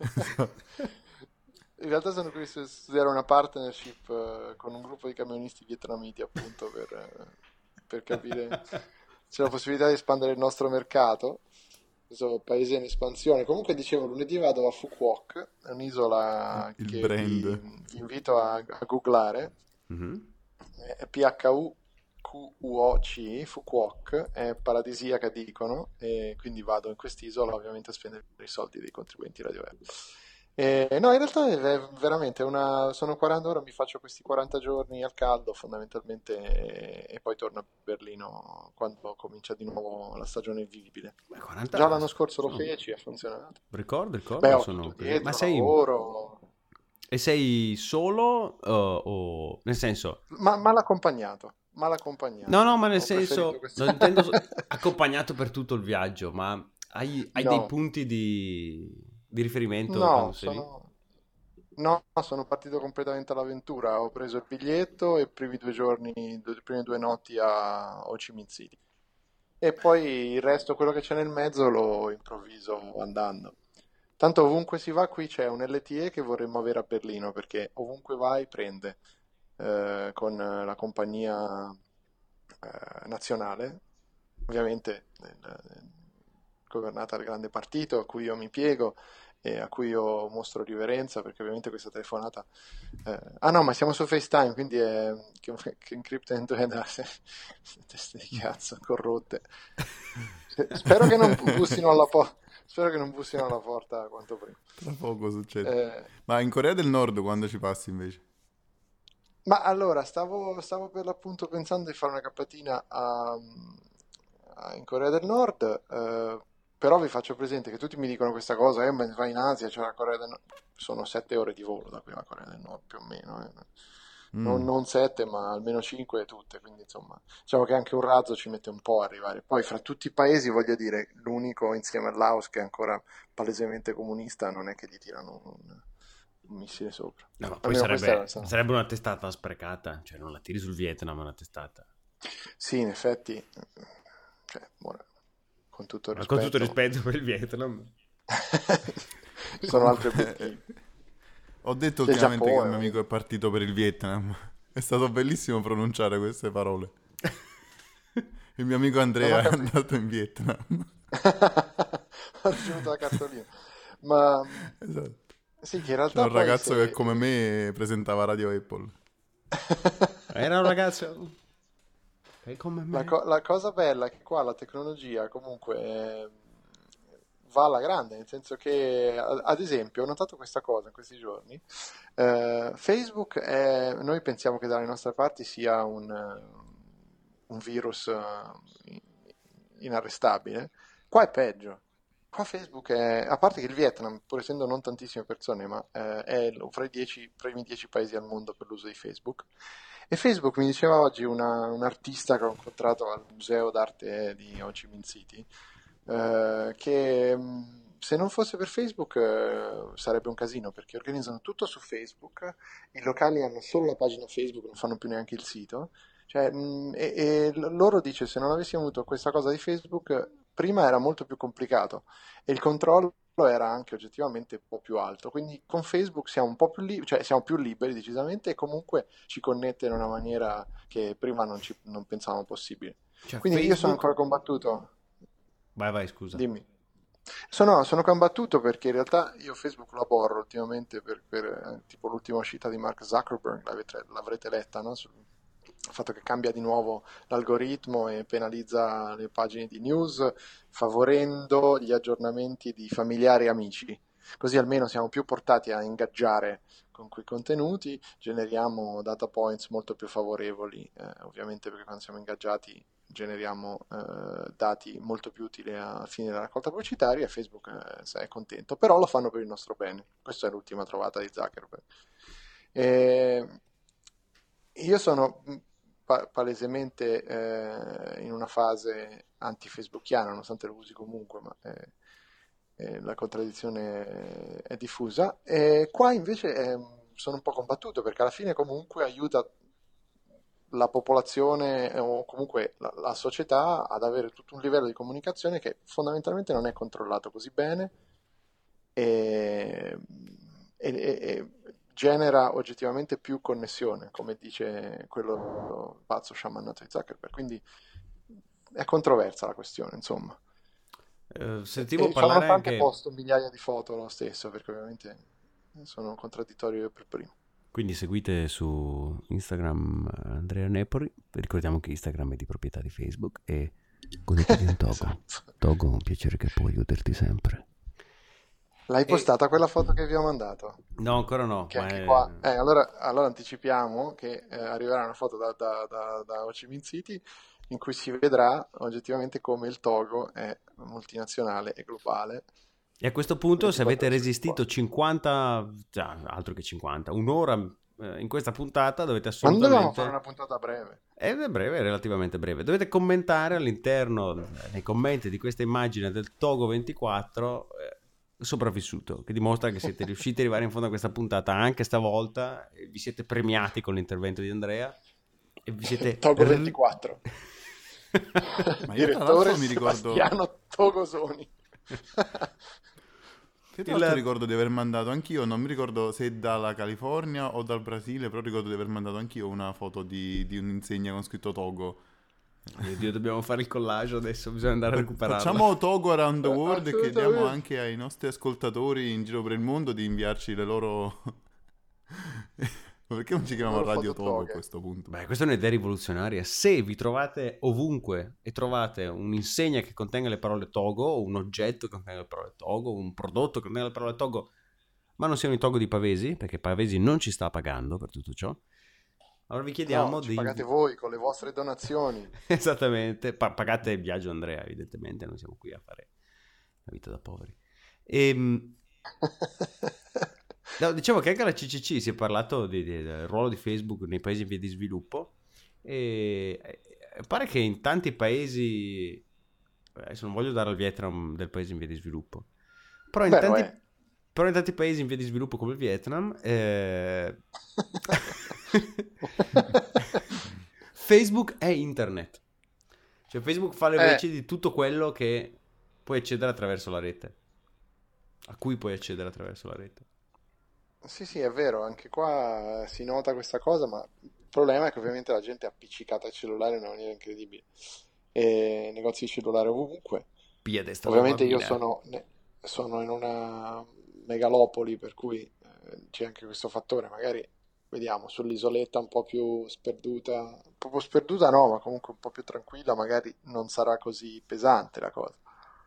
In realtà sono qui a studiare una partnership eh, con un gruppo di camionisti vietnamiti, appunto, per, eh, per capire se c'è la possibilità di espandere il nostro mercato. Questo paese in espansione. Comunque dicevo, lunedì vado a Phu Quoc, è un'isola Il che brand. vi, vi invito a, a googlare. Mhm. È P H U Q U O C, Phu Quoc, è paradisiaca dicono, e quindi vado in quest'isola ovviamente a spendere i soldi dei contribuenti Radio Apple. E, no, in realtà è veramente una, sono quaranta ore, mi faccio questi quaranta giorni al caldo fondamentalmente e, e poi torno a Berlino quando comincia di nuovo la stagione vivibile. Beh, quaranta Già l'anno scorso lo sono- feci, ha funzionato. Ricordo, ricordo. Beh, ho sono... tutto dietro, Ma sei... lavoro, E sei solo uh, o... Nel senso... ma mal accompagnato, mal accompagnato. No, no, ma nel Ho preferito senso... questo. Non intendo so- accompagnato per tutto il viaggio, ma hai, hai No. dei punti di, di riferimento No, quando sei lì? sono... no, sono partito completamente all'avventura. Ho preso il biglietto e i primi due giorni, le prime due notti a Ho Chi Minh City. E poi il resto, quello che c'è nel mezzo, lo improvviso andando. Tanto ovunque si va, qui c'è un L T E che vorremmo avere a Berlino, perché ovunque vai prende eh, con la compagnia eh, nazionale, ovviamente eh, governata dal grande partito a cui io mi piego, e a cui io mostro riverenza perché ovviamente questa telefonata eh... ah no, ma siamo su FaceTime, quindi è che, che encrypt end to end. Teste di cazzo corrotte. Spero che non bussino alla porta. Spero che non bussino alla porta quanto prima. Tra poco succede. Eh... Ma in Corea del Nord quando ci passi invece? Ma allora, stavo, stavo per l'appunto pensando di fare una cappatina a, a- in Corea del Nord, eh, però vi faccio presente che tutti mi dicono questa cosa, eh, ma vai in Asia, c'è la Corea del Nord. Sono sette ore di volo da qui alla Corea del Nord, più o meno. eh. Non, Mm. non sette, ma almeno cinque tutte, quindi insomma, diciamo che anche un razzo ci mette un po' a arrivare. Poi fra tutti i paesi, voglio dire, l'unico insieme al Laos che è ancora palesemente comunista non è che gli tirano un, un missile sopra. No, ma poi Almeno questa sarebbe, era la- sarebbe una testata sprecata, cioè non la tiri sul Vietnam, è una testata. Sì, in effetti, cioè, ora, con tutto il Ma con rispetto, tutto rispetto per il Vietnam. sono altri Comunque, obiettivi. Ho detto C'è il ultimamente che un Giappone, mio amico è partito per il Vietnam. È stato bellissimo pronunciare queste parole. Il mio amico Andrea Non ho è capito. andato in Vietnam. Ho ricevuto la cartolina. Ma Esatto. sì, che in C'è realtà un poi ragazzo se... che come me presentava Radio Apple. Era un ragazzo che come La, me. co- la cosa bella è che qua la tecnologia comunque eh, va alla grande, nel senso che, a- ad esempio, ho notato questa cosa in questi giorni. Eh, Facebook è, noi pensiamo che dalle nostre parti sia un, eh, un virus eh, inarrestabile. Qua è peggio. Qua Facebook è, a parte che il Vietnam, pur essendo non tantissime persone, ma eh, è fra i dieci, primi dieci paesi al mondo per l'uso di Facebook. E Facebook mi diceva oggi una, un artista che ho incontrato al museo d'arte di Ho Chi Minh City, eh, che mh, se non fosse per Facebook eh, sarebbe un casino perché organizzano tutto su Facebook, i locali hanno solo la pagina Facebook, non fanno più neanche il sito. Cioè, mh, e, e l- loro dice se non avessimo avuto questa cosa di Facebook, prima era molto più complicato e il controllo era anche oggettivamente un po' più alto. Quindi con Facebook siamo un po' più liberi, cioè siamo più liberi decisamente e comunque ci connette in una maniera che prima non, ci, non pensavamo possibile. Cioè, Quindi io sono Facebook... ancora combattuto. Vai, vai, scusa. Dimmi. Sono, sono combattuto perché in realtà io Facebook lo aborro ultimamente per, per, eh, tipo l'ultima uscita di Mark Zuckerberg, l'avete, l'avrete letta, no? Sul fatto che cambia di nuovo l'algoritmo e penalizza le pagine di news, favorendo gli aggiornamenti di familiari e amici. Così almeno siamo più portati a ingaggiare con quei contenuti, generiamo data points molto più favorevoli, eh, ovviamente perché quando siamo ingaggiati generiamo eh, dati molto più utili a fine della raccolta pubblicitaria e Facebook eh, è contento, però lo fanno per il nostro bene. Questa è l'ultima trovata di Zuckerberg. E io sono pa- palesemente eh, in una fase anti-facebookiana, nonostante lo usi comunque, ma eh, eh, la contraddizione è diffusa. E qua invece eh, sono un po' combattuto perché alla fine comunque aiuta la popolazione eh, o comunque la, la società ad avere tutto un livello di comunicazione che fondamentalmente non è controllato così bene e, e- e- e genera oggettivamente più connessione, come dice quello pazzo sciamannato di Zuckerberg. Quindi è controversa la questione, insomma. Eh, E, sentivo e parlare nonostante anche... posto migliaia di foto lo stesso, perché ovviamente sono contraddittorio io per primo. Quindi seguite su Instagram Andrea Nepori. Ricordiamo che Instagram è di proprietà di Facebook. E godetevi un Togo. Esatto. Togo è un piacere che può aiutarti sempre. L'hai E... postata quella foto che vi ho mandato? No, ancora no. Che Ma anche è... qua, eh, allora, allora anticipiamo che eh, arriverà una foto da, da, da, da Ho Chi Minh City in cui si vedrà oggettivamente come il Togo è multinazionale e globale. E a questo punto, se avete ventiquattro ore su resistito cinquanta, cioè, altro che cinquanta, un'ora eh, in questa puntata, dovete Ma non dovevamo fare assolutamente... una puntata breve? È breve, è relativamente breve. Dovete commentare all'interno, eh, nei commenti di questa immagine del Togo ventiquattro, eh, sopravvissuto, che dimostra che siete riusciti ad arrivare in fondo a questa puntata anche stavolta, e vi siete premiati con l'intervento di Andrea e vi siete... Togo ventiquattro. Ma io tra Direttore l'altro mi ricordo... Sebastiano Togosoni. Che tra l'altro Il- ricordo di aver mandato anch'io, non mi ricordo se dalla California o dal Brasile, però ricordo di aver mandato anch'io una foto di, di un'insegna con scritto Togo Mio Dio, dobbiamo fare il collage adesso, bisogna andare a recuperarlo. Facciamo Togo Around the World e Assolutamente. chiediamo anche ai nostri ascoltatori in giro per il mondo di inviarci le loro... Perché non ci chiamiamo Loro Radio Togo a fototoghe. questo punto? Beh, questa è un'idea rivoluzionaria. Se vi trovate ovunque e trovate un'insegna che contenga le parole Togo, o un oggetto che contenga le parole Togo, un prodotto che contenga le parole Togo, ma non siano i Togo di Pavesi, perché Pavesi non ci sta pagando per tutto ciò, allora vi chiediamo No, ci di... pagate voi con le vostre donazioni. Esattamente, Pa- pagate il viaggio Andrea, evidentemente, non siamo qui a fare la vita da poveri. Ehm... No, dicevo che anche alla C C C si è parlato di- di- del ruolo di Facebook nei paesi in via di sviluppo e e pare che in tanti paesi, adesso non voglio dare al Vietnam del paese in via di sviluppo, però in, Beh, lo tanti, è. però in tanti paesi in via di sviluppo come il Vietnam eh, Facebook è internet, cioè Facebook fa le Eh. voci di tutto quello che puoi accedere attraverso la rete, a cui puoi accedere attraverso la rete. Sì, sì, è vero, anche qua si nota questa cosa, ma il problema è che ovviamente la gente è appiccicata al cellulare in una maniera incredibile. E negozi di cellulare ovunque. Pia destra Ovviamente io bambina. sono, ne- sono in una megalopoli, per cui eh, c'è anche questo fattore. Magari vediamo sull'isoletta un po' più sperduta, proprio sperduta no, ma comunque un po' più tranquilla, magari non sarà così pesante la cosa.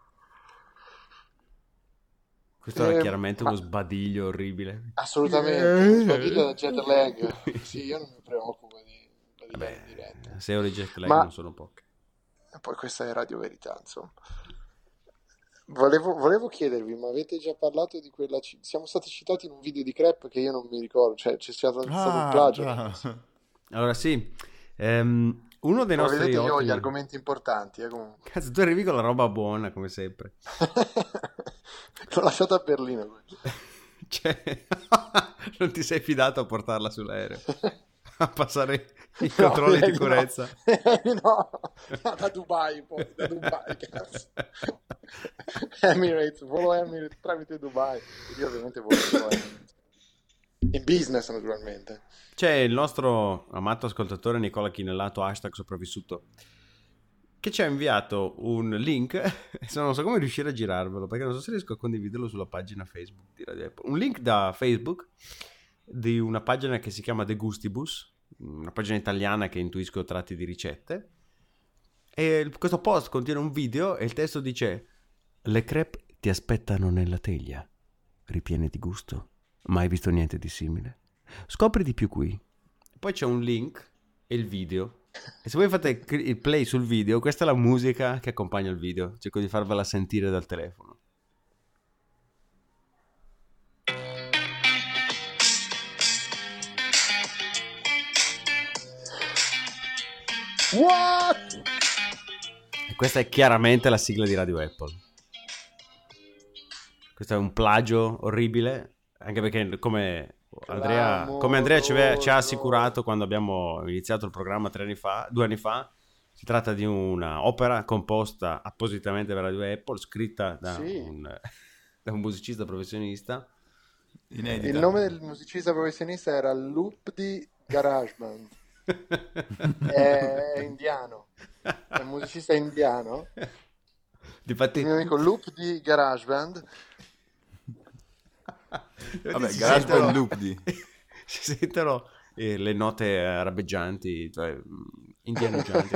Questo era Eh, chiaramente ma- uno sbadiglio orribile. Assolutamente, sbaglio da jet lag. Sì, io non mi preoccupo di sbagliare in diretta. Vabbè, sei ore di jet lag Ma- non sono poche. E poi questa è Radio Verità, insomma. Volevo, volevo chiedervi, ma avete già parlato di quella... ci- Siamo stati citati in un video di Crep che io non mi ricordo, cioè c'è stato, stato un Ah, plagio. già. Allora sì, ehm, uno dei Come nostri vedete io ho gli ottimi... argomenti importanti, eh, comunque. Cazzo, tu arrivi con la roba buona, come sempre. L'ho lasciata a Berlino. quella. Cioè, non ti sei fidato a portarla sull'aereo, a passare i No, controlli di direi sicurezza. No, no, no, da Dubai poi, da Dubai, cazzo. Emirates, volo Emirates tramite Dubai. Io ovviamente volo solo Emirates. In business, naturalmente. C'è il nostro amato ascoltatore Nicola Chinellato, hashtag sopravvissuto, che ci ha inviato un link, e non so come riuscire a girarvelo, perché non so se riesco a condividerlo sulla pagina Facebook di Radio Apple. Un link da Facebook di una pagina che si chiama The Gustibus, una pagina italiana che intuisco tratti di ricette, e il- questo post contiene un video e il testo dice: le crepe ti aspettano nella teglia, ripiene di gusto, mai visto niente di simile, scopri di più qui. Poi c'è un link e il video, e se voi fate cl- il play sul video, questa è la musica che accompagna il video, cerco di farvela sentire dal telefono. What? E questa è chiaramente la sigla di Radio Apple. Questo è un plagio orribile, anche perché come Andrea, come Andrea ci, aveva- ci ha assicurato quando abbiamo iniziato il programma tre anni fa, due anni fa, si tratta di una opera composta appositamente per Radio Apple, scritta da, Sì. un, da un musicista professionista. Inedita. Il nome del musicista professionista era Loop di GarageBand. È indiano. È un musicista indiano. Difatti, Il mio amico Loop di GarageBand. Vabbè, si Garage sentono- Band Loop di... si sentono eh, le note arabeggianti, cioè mm, indianeggianti.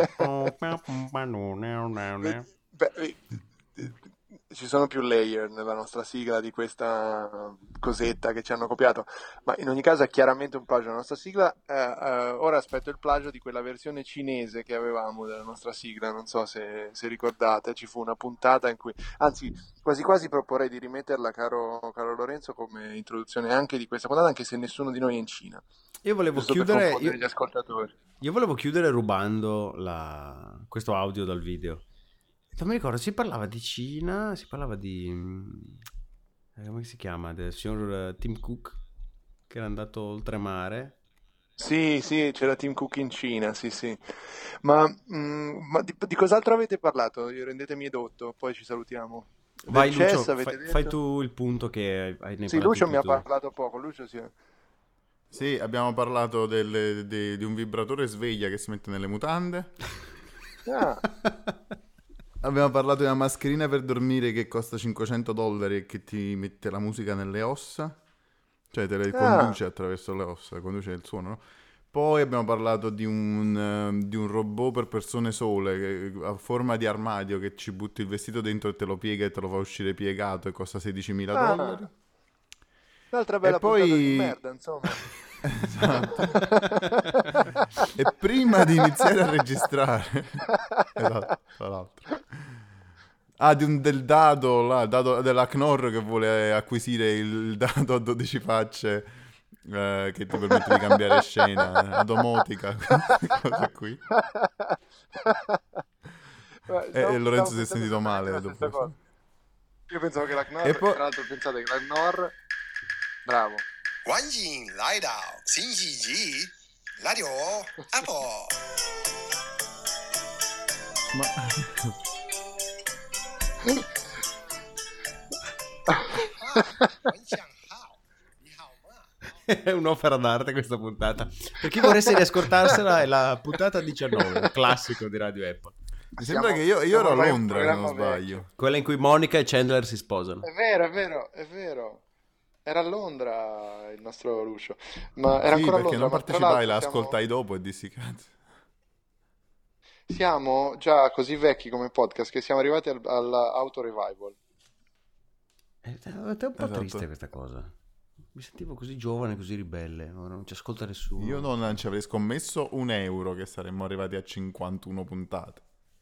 Beh, eh, eh, ci sono più layer nella nostra sigla di questa cosetta che ci hanno copiato, ma in ogni caso è chiaramente un plagio della nostra sigla. Eh, eh, ora aspetto il plagio di quella versione cinese che avevamo della nostra sigla, non so se, se ricordate, ci fu una puntata in cui, anzi quasi quasi proporrei di rimetterla, caro, caro Lorenzo, come introduzione anche di questa puntata, anche se nessuno di noi è in Cina, Io volevo giusto per chiudere, confondere io, gli ascoltatori. io volevo chiudere rubando la- questo audio dal video. Non mi ricordo, si parlava di Cina, si parlava di... mm, eh, come si chiama? Del signor eh, Tim Cook, che era andato oltremare. Sì, sì, c'era Tim Cook in Cina, sì, sì. Ma, mm, ma di, di cos'altro avete parlato? Rendetemi edotto, poi ci salutiamo. Del Vai chess Lucio, avete fai, detto? fai tu il punto che hai ne Sì, parlato Lucio più mi ha tu. parlato poco, Lucio sì. Sì, abbiamo parlato del- de- di un vibratore sveglia che si mette nelle mutande. Ah. Abbiamo parlato di una mascherina per dormire che costa cinquecento dollari e che ti mette la musica nelle ossa, cioè te le Ah. conduce attraverso le ossa, conduce il suono, no? Poi abbiamo parlato di un, eh, di un robot per persone sole che, a forma di armadio, che ci butti il vestito dentro e te lo piega e te lo fa uscire piegato e costa sedicimila Ah. dollari. Un'altra bella E poi- puntata di merda, insomma. Esatto. E prima di iniziare a registrare, esatto, tra l'altro. Ah, di un, del dado, là, il dado della Knorr che vuole acquisire il dado a dodici facce eh, che ti permette di cambiare scena, eh, domotica, queste cose qui. Beh, E, stavo- e Lorenzo si è stavo sentito pensando male la dopo. stessa cosa. Io pensavo che la Knorr, E poi- tra l'altro pensate che la Knorr, bravo. 欢迎来到新喜集 Radio Apple。 È un'opera d'arte questa puntata. Per chi voresse riascoltarsela è la puntata diciannove, classico di Radio Apple. Mi sembra Siamo- che io, io siamo ero a ormai un Londra, se non programma sbaglio. Quella in cui Monica e Chandler si sposano. È vero, è vero, è vero. Era a Londra il nostro Lucio. Ma era Sì, ancora a perché Londra, non ma tra partecipai, la l'altro siamo- ascoltai dopo e dissi cazzo. Siamo già così vecchi come podcast che siamo arrivati al, all'auto revival. È è un po' Esatto. triste questa cosa. Mi sentivo così giovane, così ribelle. Ora non ci ascolta nessuno. Io non ci avrei scommesso un euro che saremmo arrivati a cinquantuno puntate.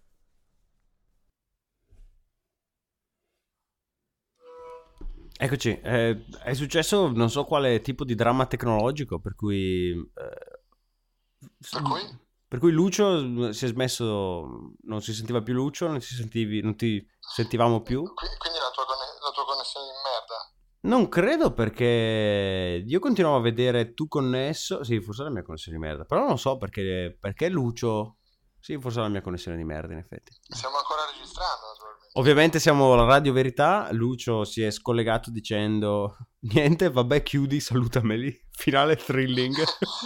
Eccoci, eh, è successo non so quale tipo di dramma tecnologico per cui, eh, Per cui? per cui Lucio si è smesso, non si sentiva più Lucio, non, si sentivi, non ti sentivamo più. Quindi la tua, conne- la tua connessione di merda. Non credo perché io continuavo a vedere tu connesso, sì forse è la mia connessione di merda, però non so perché, perché Lucio, sì forse è la mia connessione di merda in effetti. Stiamo ancora registrando, naturalmente. Ovviamente siamo alla Radio Verità, Lucio si è scollegato dicendo niente, vabbè chiudi, salutameli, finale thrilling.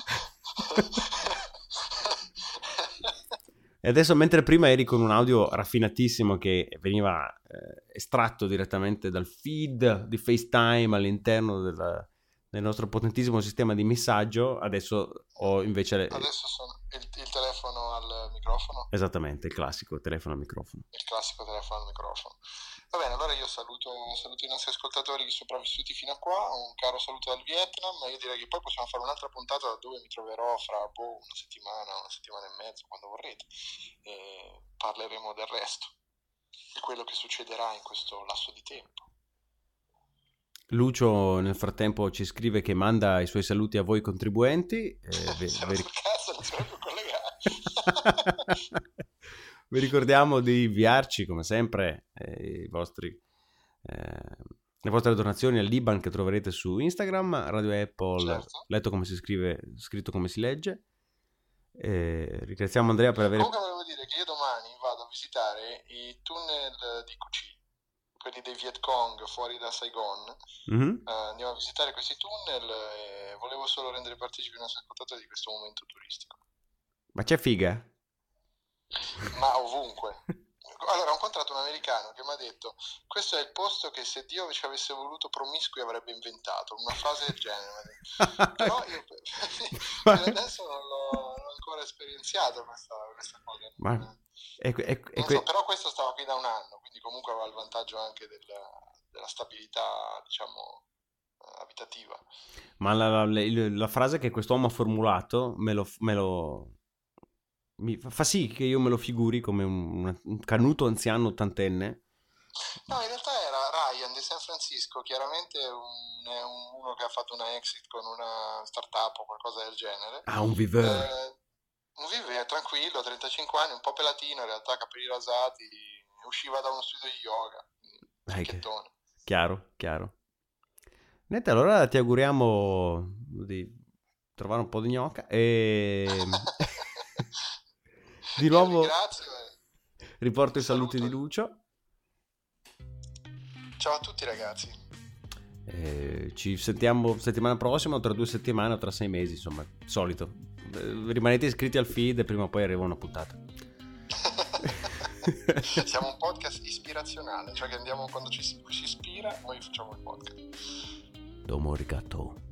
E adesso mentre prima eri con un audio raffinatissimo che veniva eh, estratto direttamente dal feed di FaceTime all'interno della- del nostro potentissimo sistema di messaggio, adesso ho invece... le- Adesso sono il, il telefono al microfono, Esattamente, il classico telefono al microfono. il classico telefono al microfono. Va bene, allora io saluto, saluto i nostri ascoltatori sopravvissuti fino a qua, un caro saluto dal Vietnam, e io direi che poi possiamo fare un'altra puntata da dove mi troverò fra boh, una settimana, una settimana e mezzo, quando vorrete, e parleremo del resto, di quello che succederà in questo lasso di tempo. Lucio nel frattempo ci scrive che manda i suoi saluti a voi contribuenti. eh, vi, Se vi- non sul cazzo non si può più collegare. vi ricordiamo di inviarci come sempre eh, i vostri, eh, le vostre donazioni all'I B A N che troverete su Instagram, Radio Apple, Certo. letto come si scrive, scritto come si legge. E ringraziamo Andrea per aver... Comunque volevo dire che io domani vado a visitare i tunnel di Cu Chi, quelli dei Viet Cong fuori da Saigon. Mhm. Eh, andiamo a visitare questi tunnel e volevo solo rendere partecipi i nostri ascoltatori di questo momento turistico. Ma c'è figa? Ma ovunque. Allora, ho incontrato un americano che mi ha detto: questo è il posto che se Dio ci avesse voluto promiscui avrebbe inventato, una frase del genere. mi ha detto. Però io per adesso non l'ho, non ho ancora esperienziato questa, questa cosa. Ma- Non- E, e- e non que- so, però questo stava qui da un anno, quindi comunque aveva il vantaggio anche del- della stabilità, diciamo, eh, abitativa. Ma la, la- la- la frase che quest'uomo ha formulato me lo, me lo- mi fa- fa sì che io me lo figuri come un, un canuto anziano ottantenne. No, in realtà era Ryan di San Francisco, chiaramente un, è un- uno che ha fatto una exit con una startup o qualcosa del genere. Ah, un viveur. Eh, un vive tranquillo, trentacinque anni, un po' pelatino, in realtà capelli rasati, usciva da uno studio di yoga. Dai, che- Cicchettone. Chiaro, chiaro. Niente, allora ti auguriamo di trovare un po' di gnocca e di Io nuovo ringrazio e riporto i saluti saluto. di Lucio. ciao a tutti ragazzi. Eh, ci sentiamo settimana prossima o tra due settimane o tra sei mesi, insomma, solito. Eh, rimanete iscritti al feed e prima o poi arriva una puntata. Siamo un podcast ispirazionale, cioè che andiamo quando ci, ci ispira, noi facciamo il podcast. Domo arigato.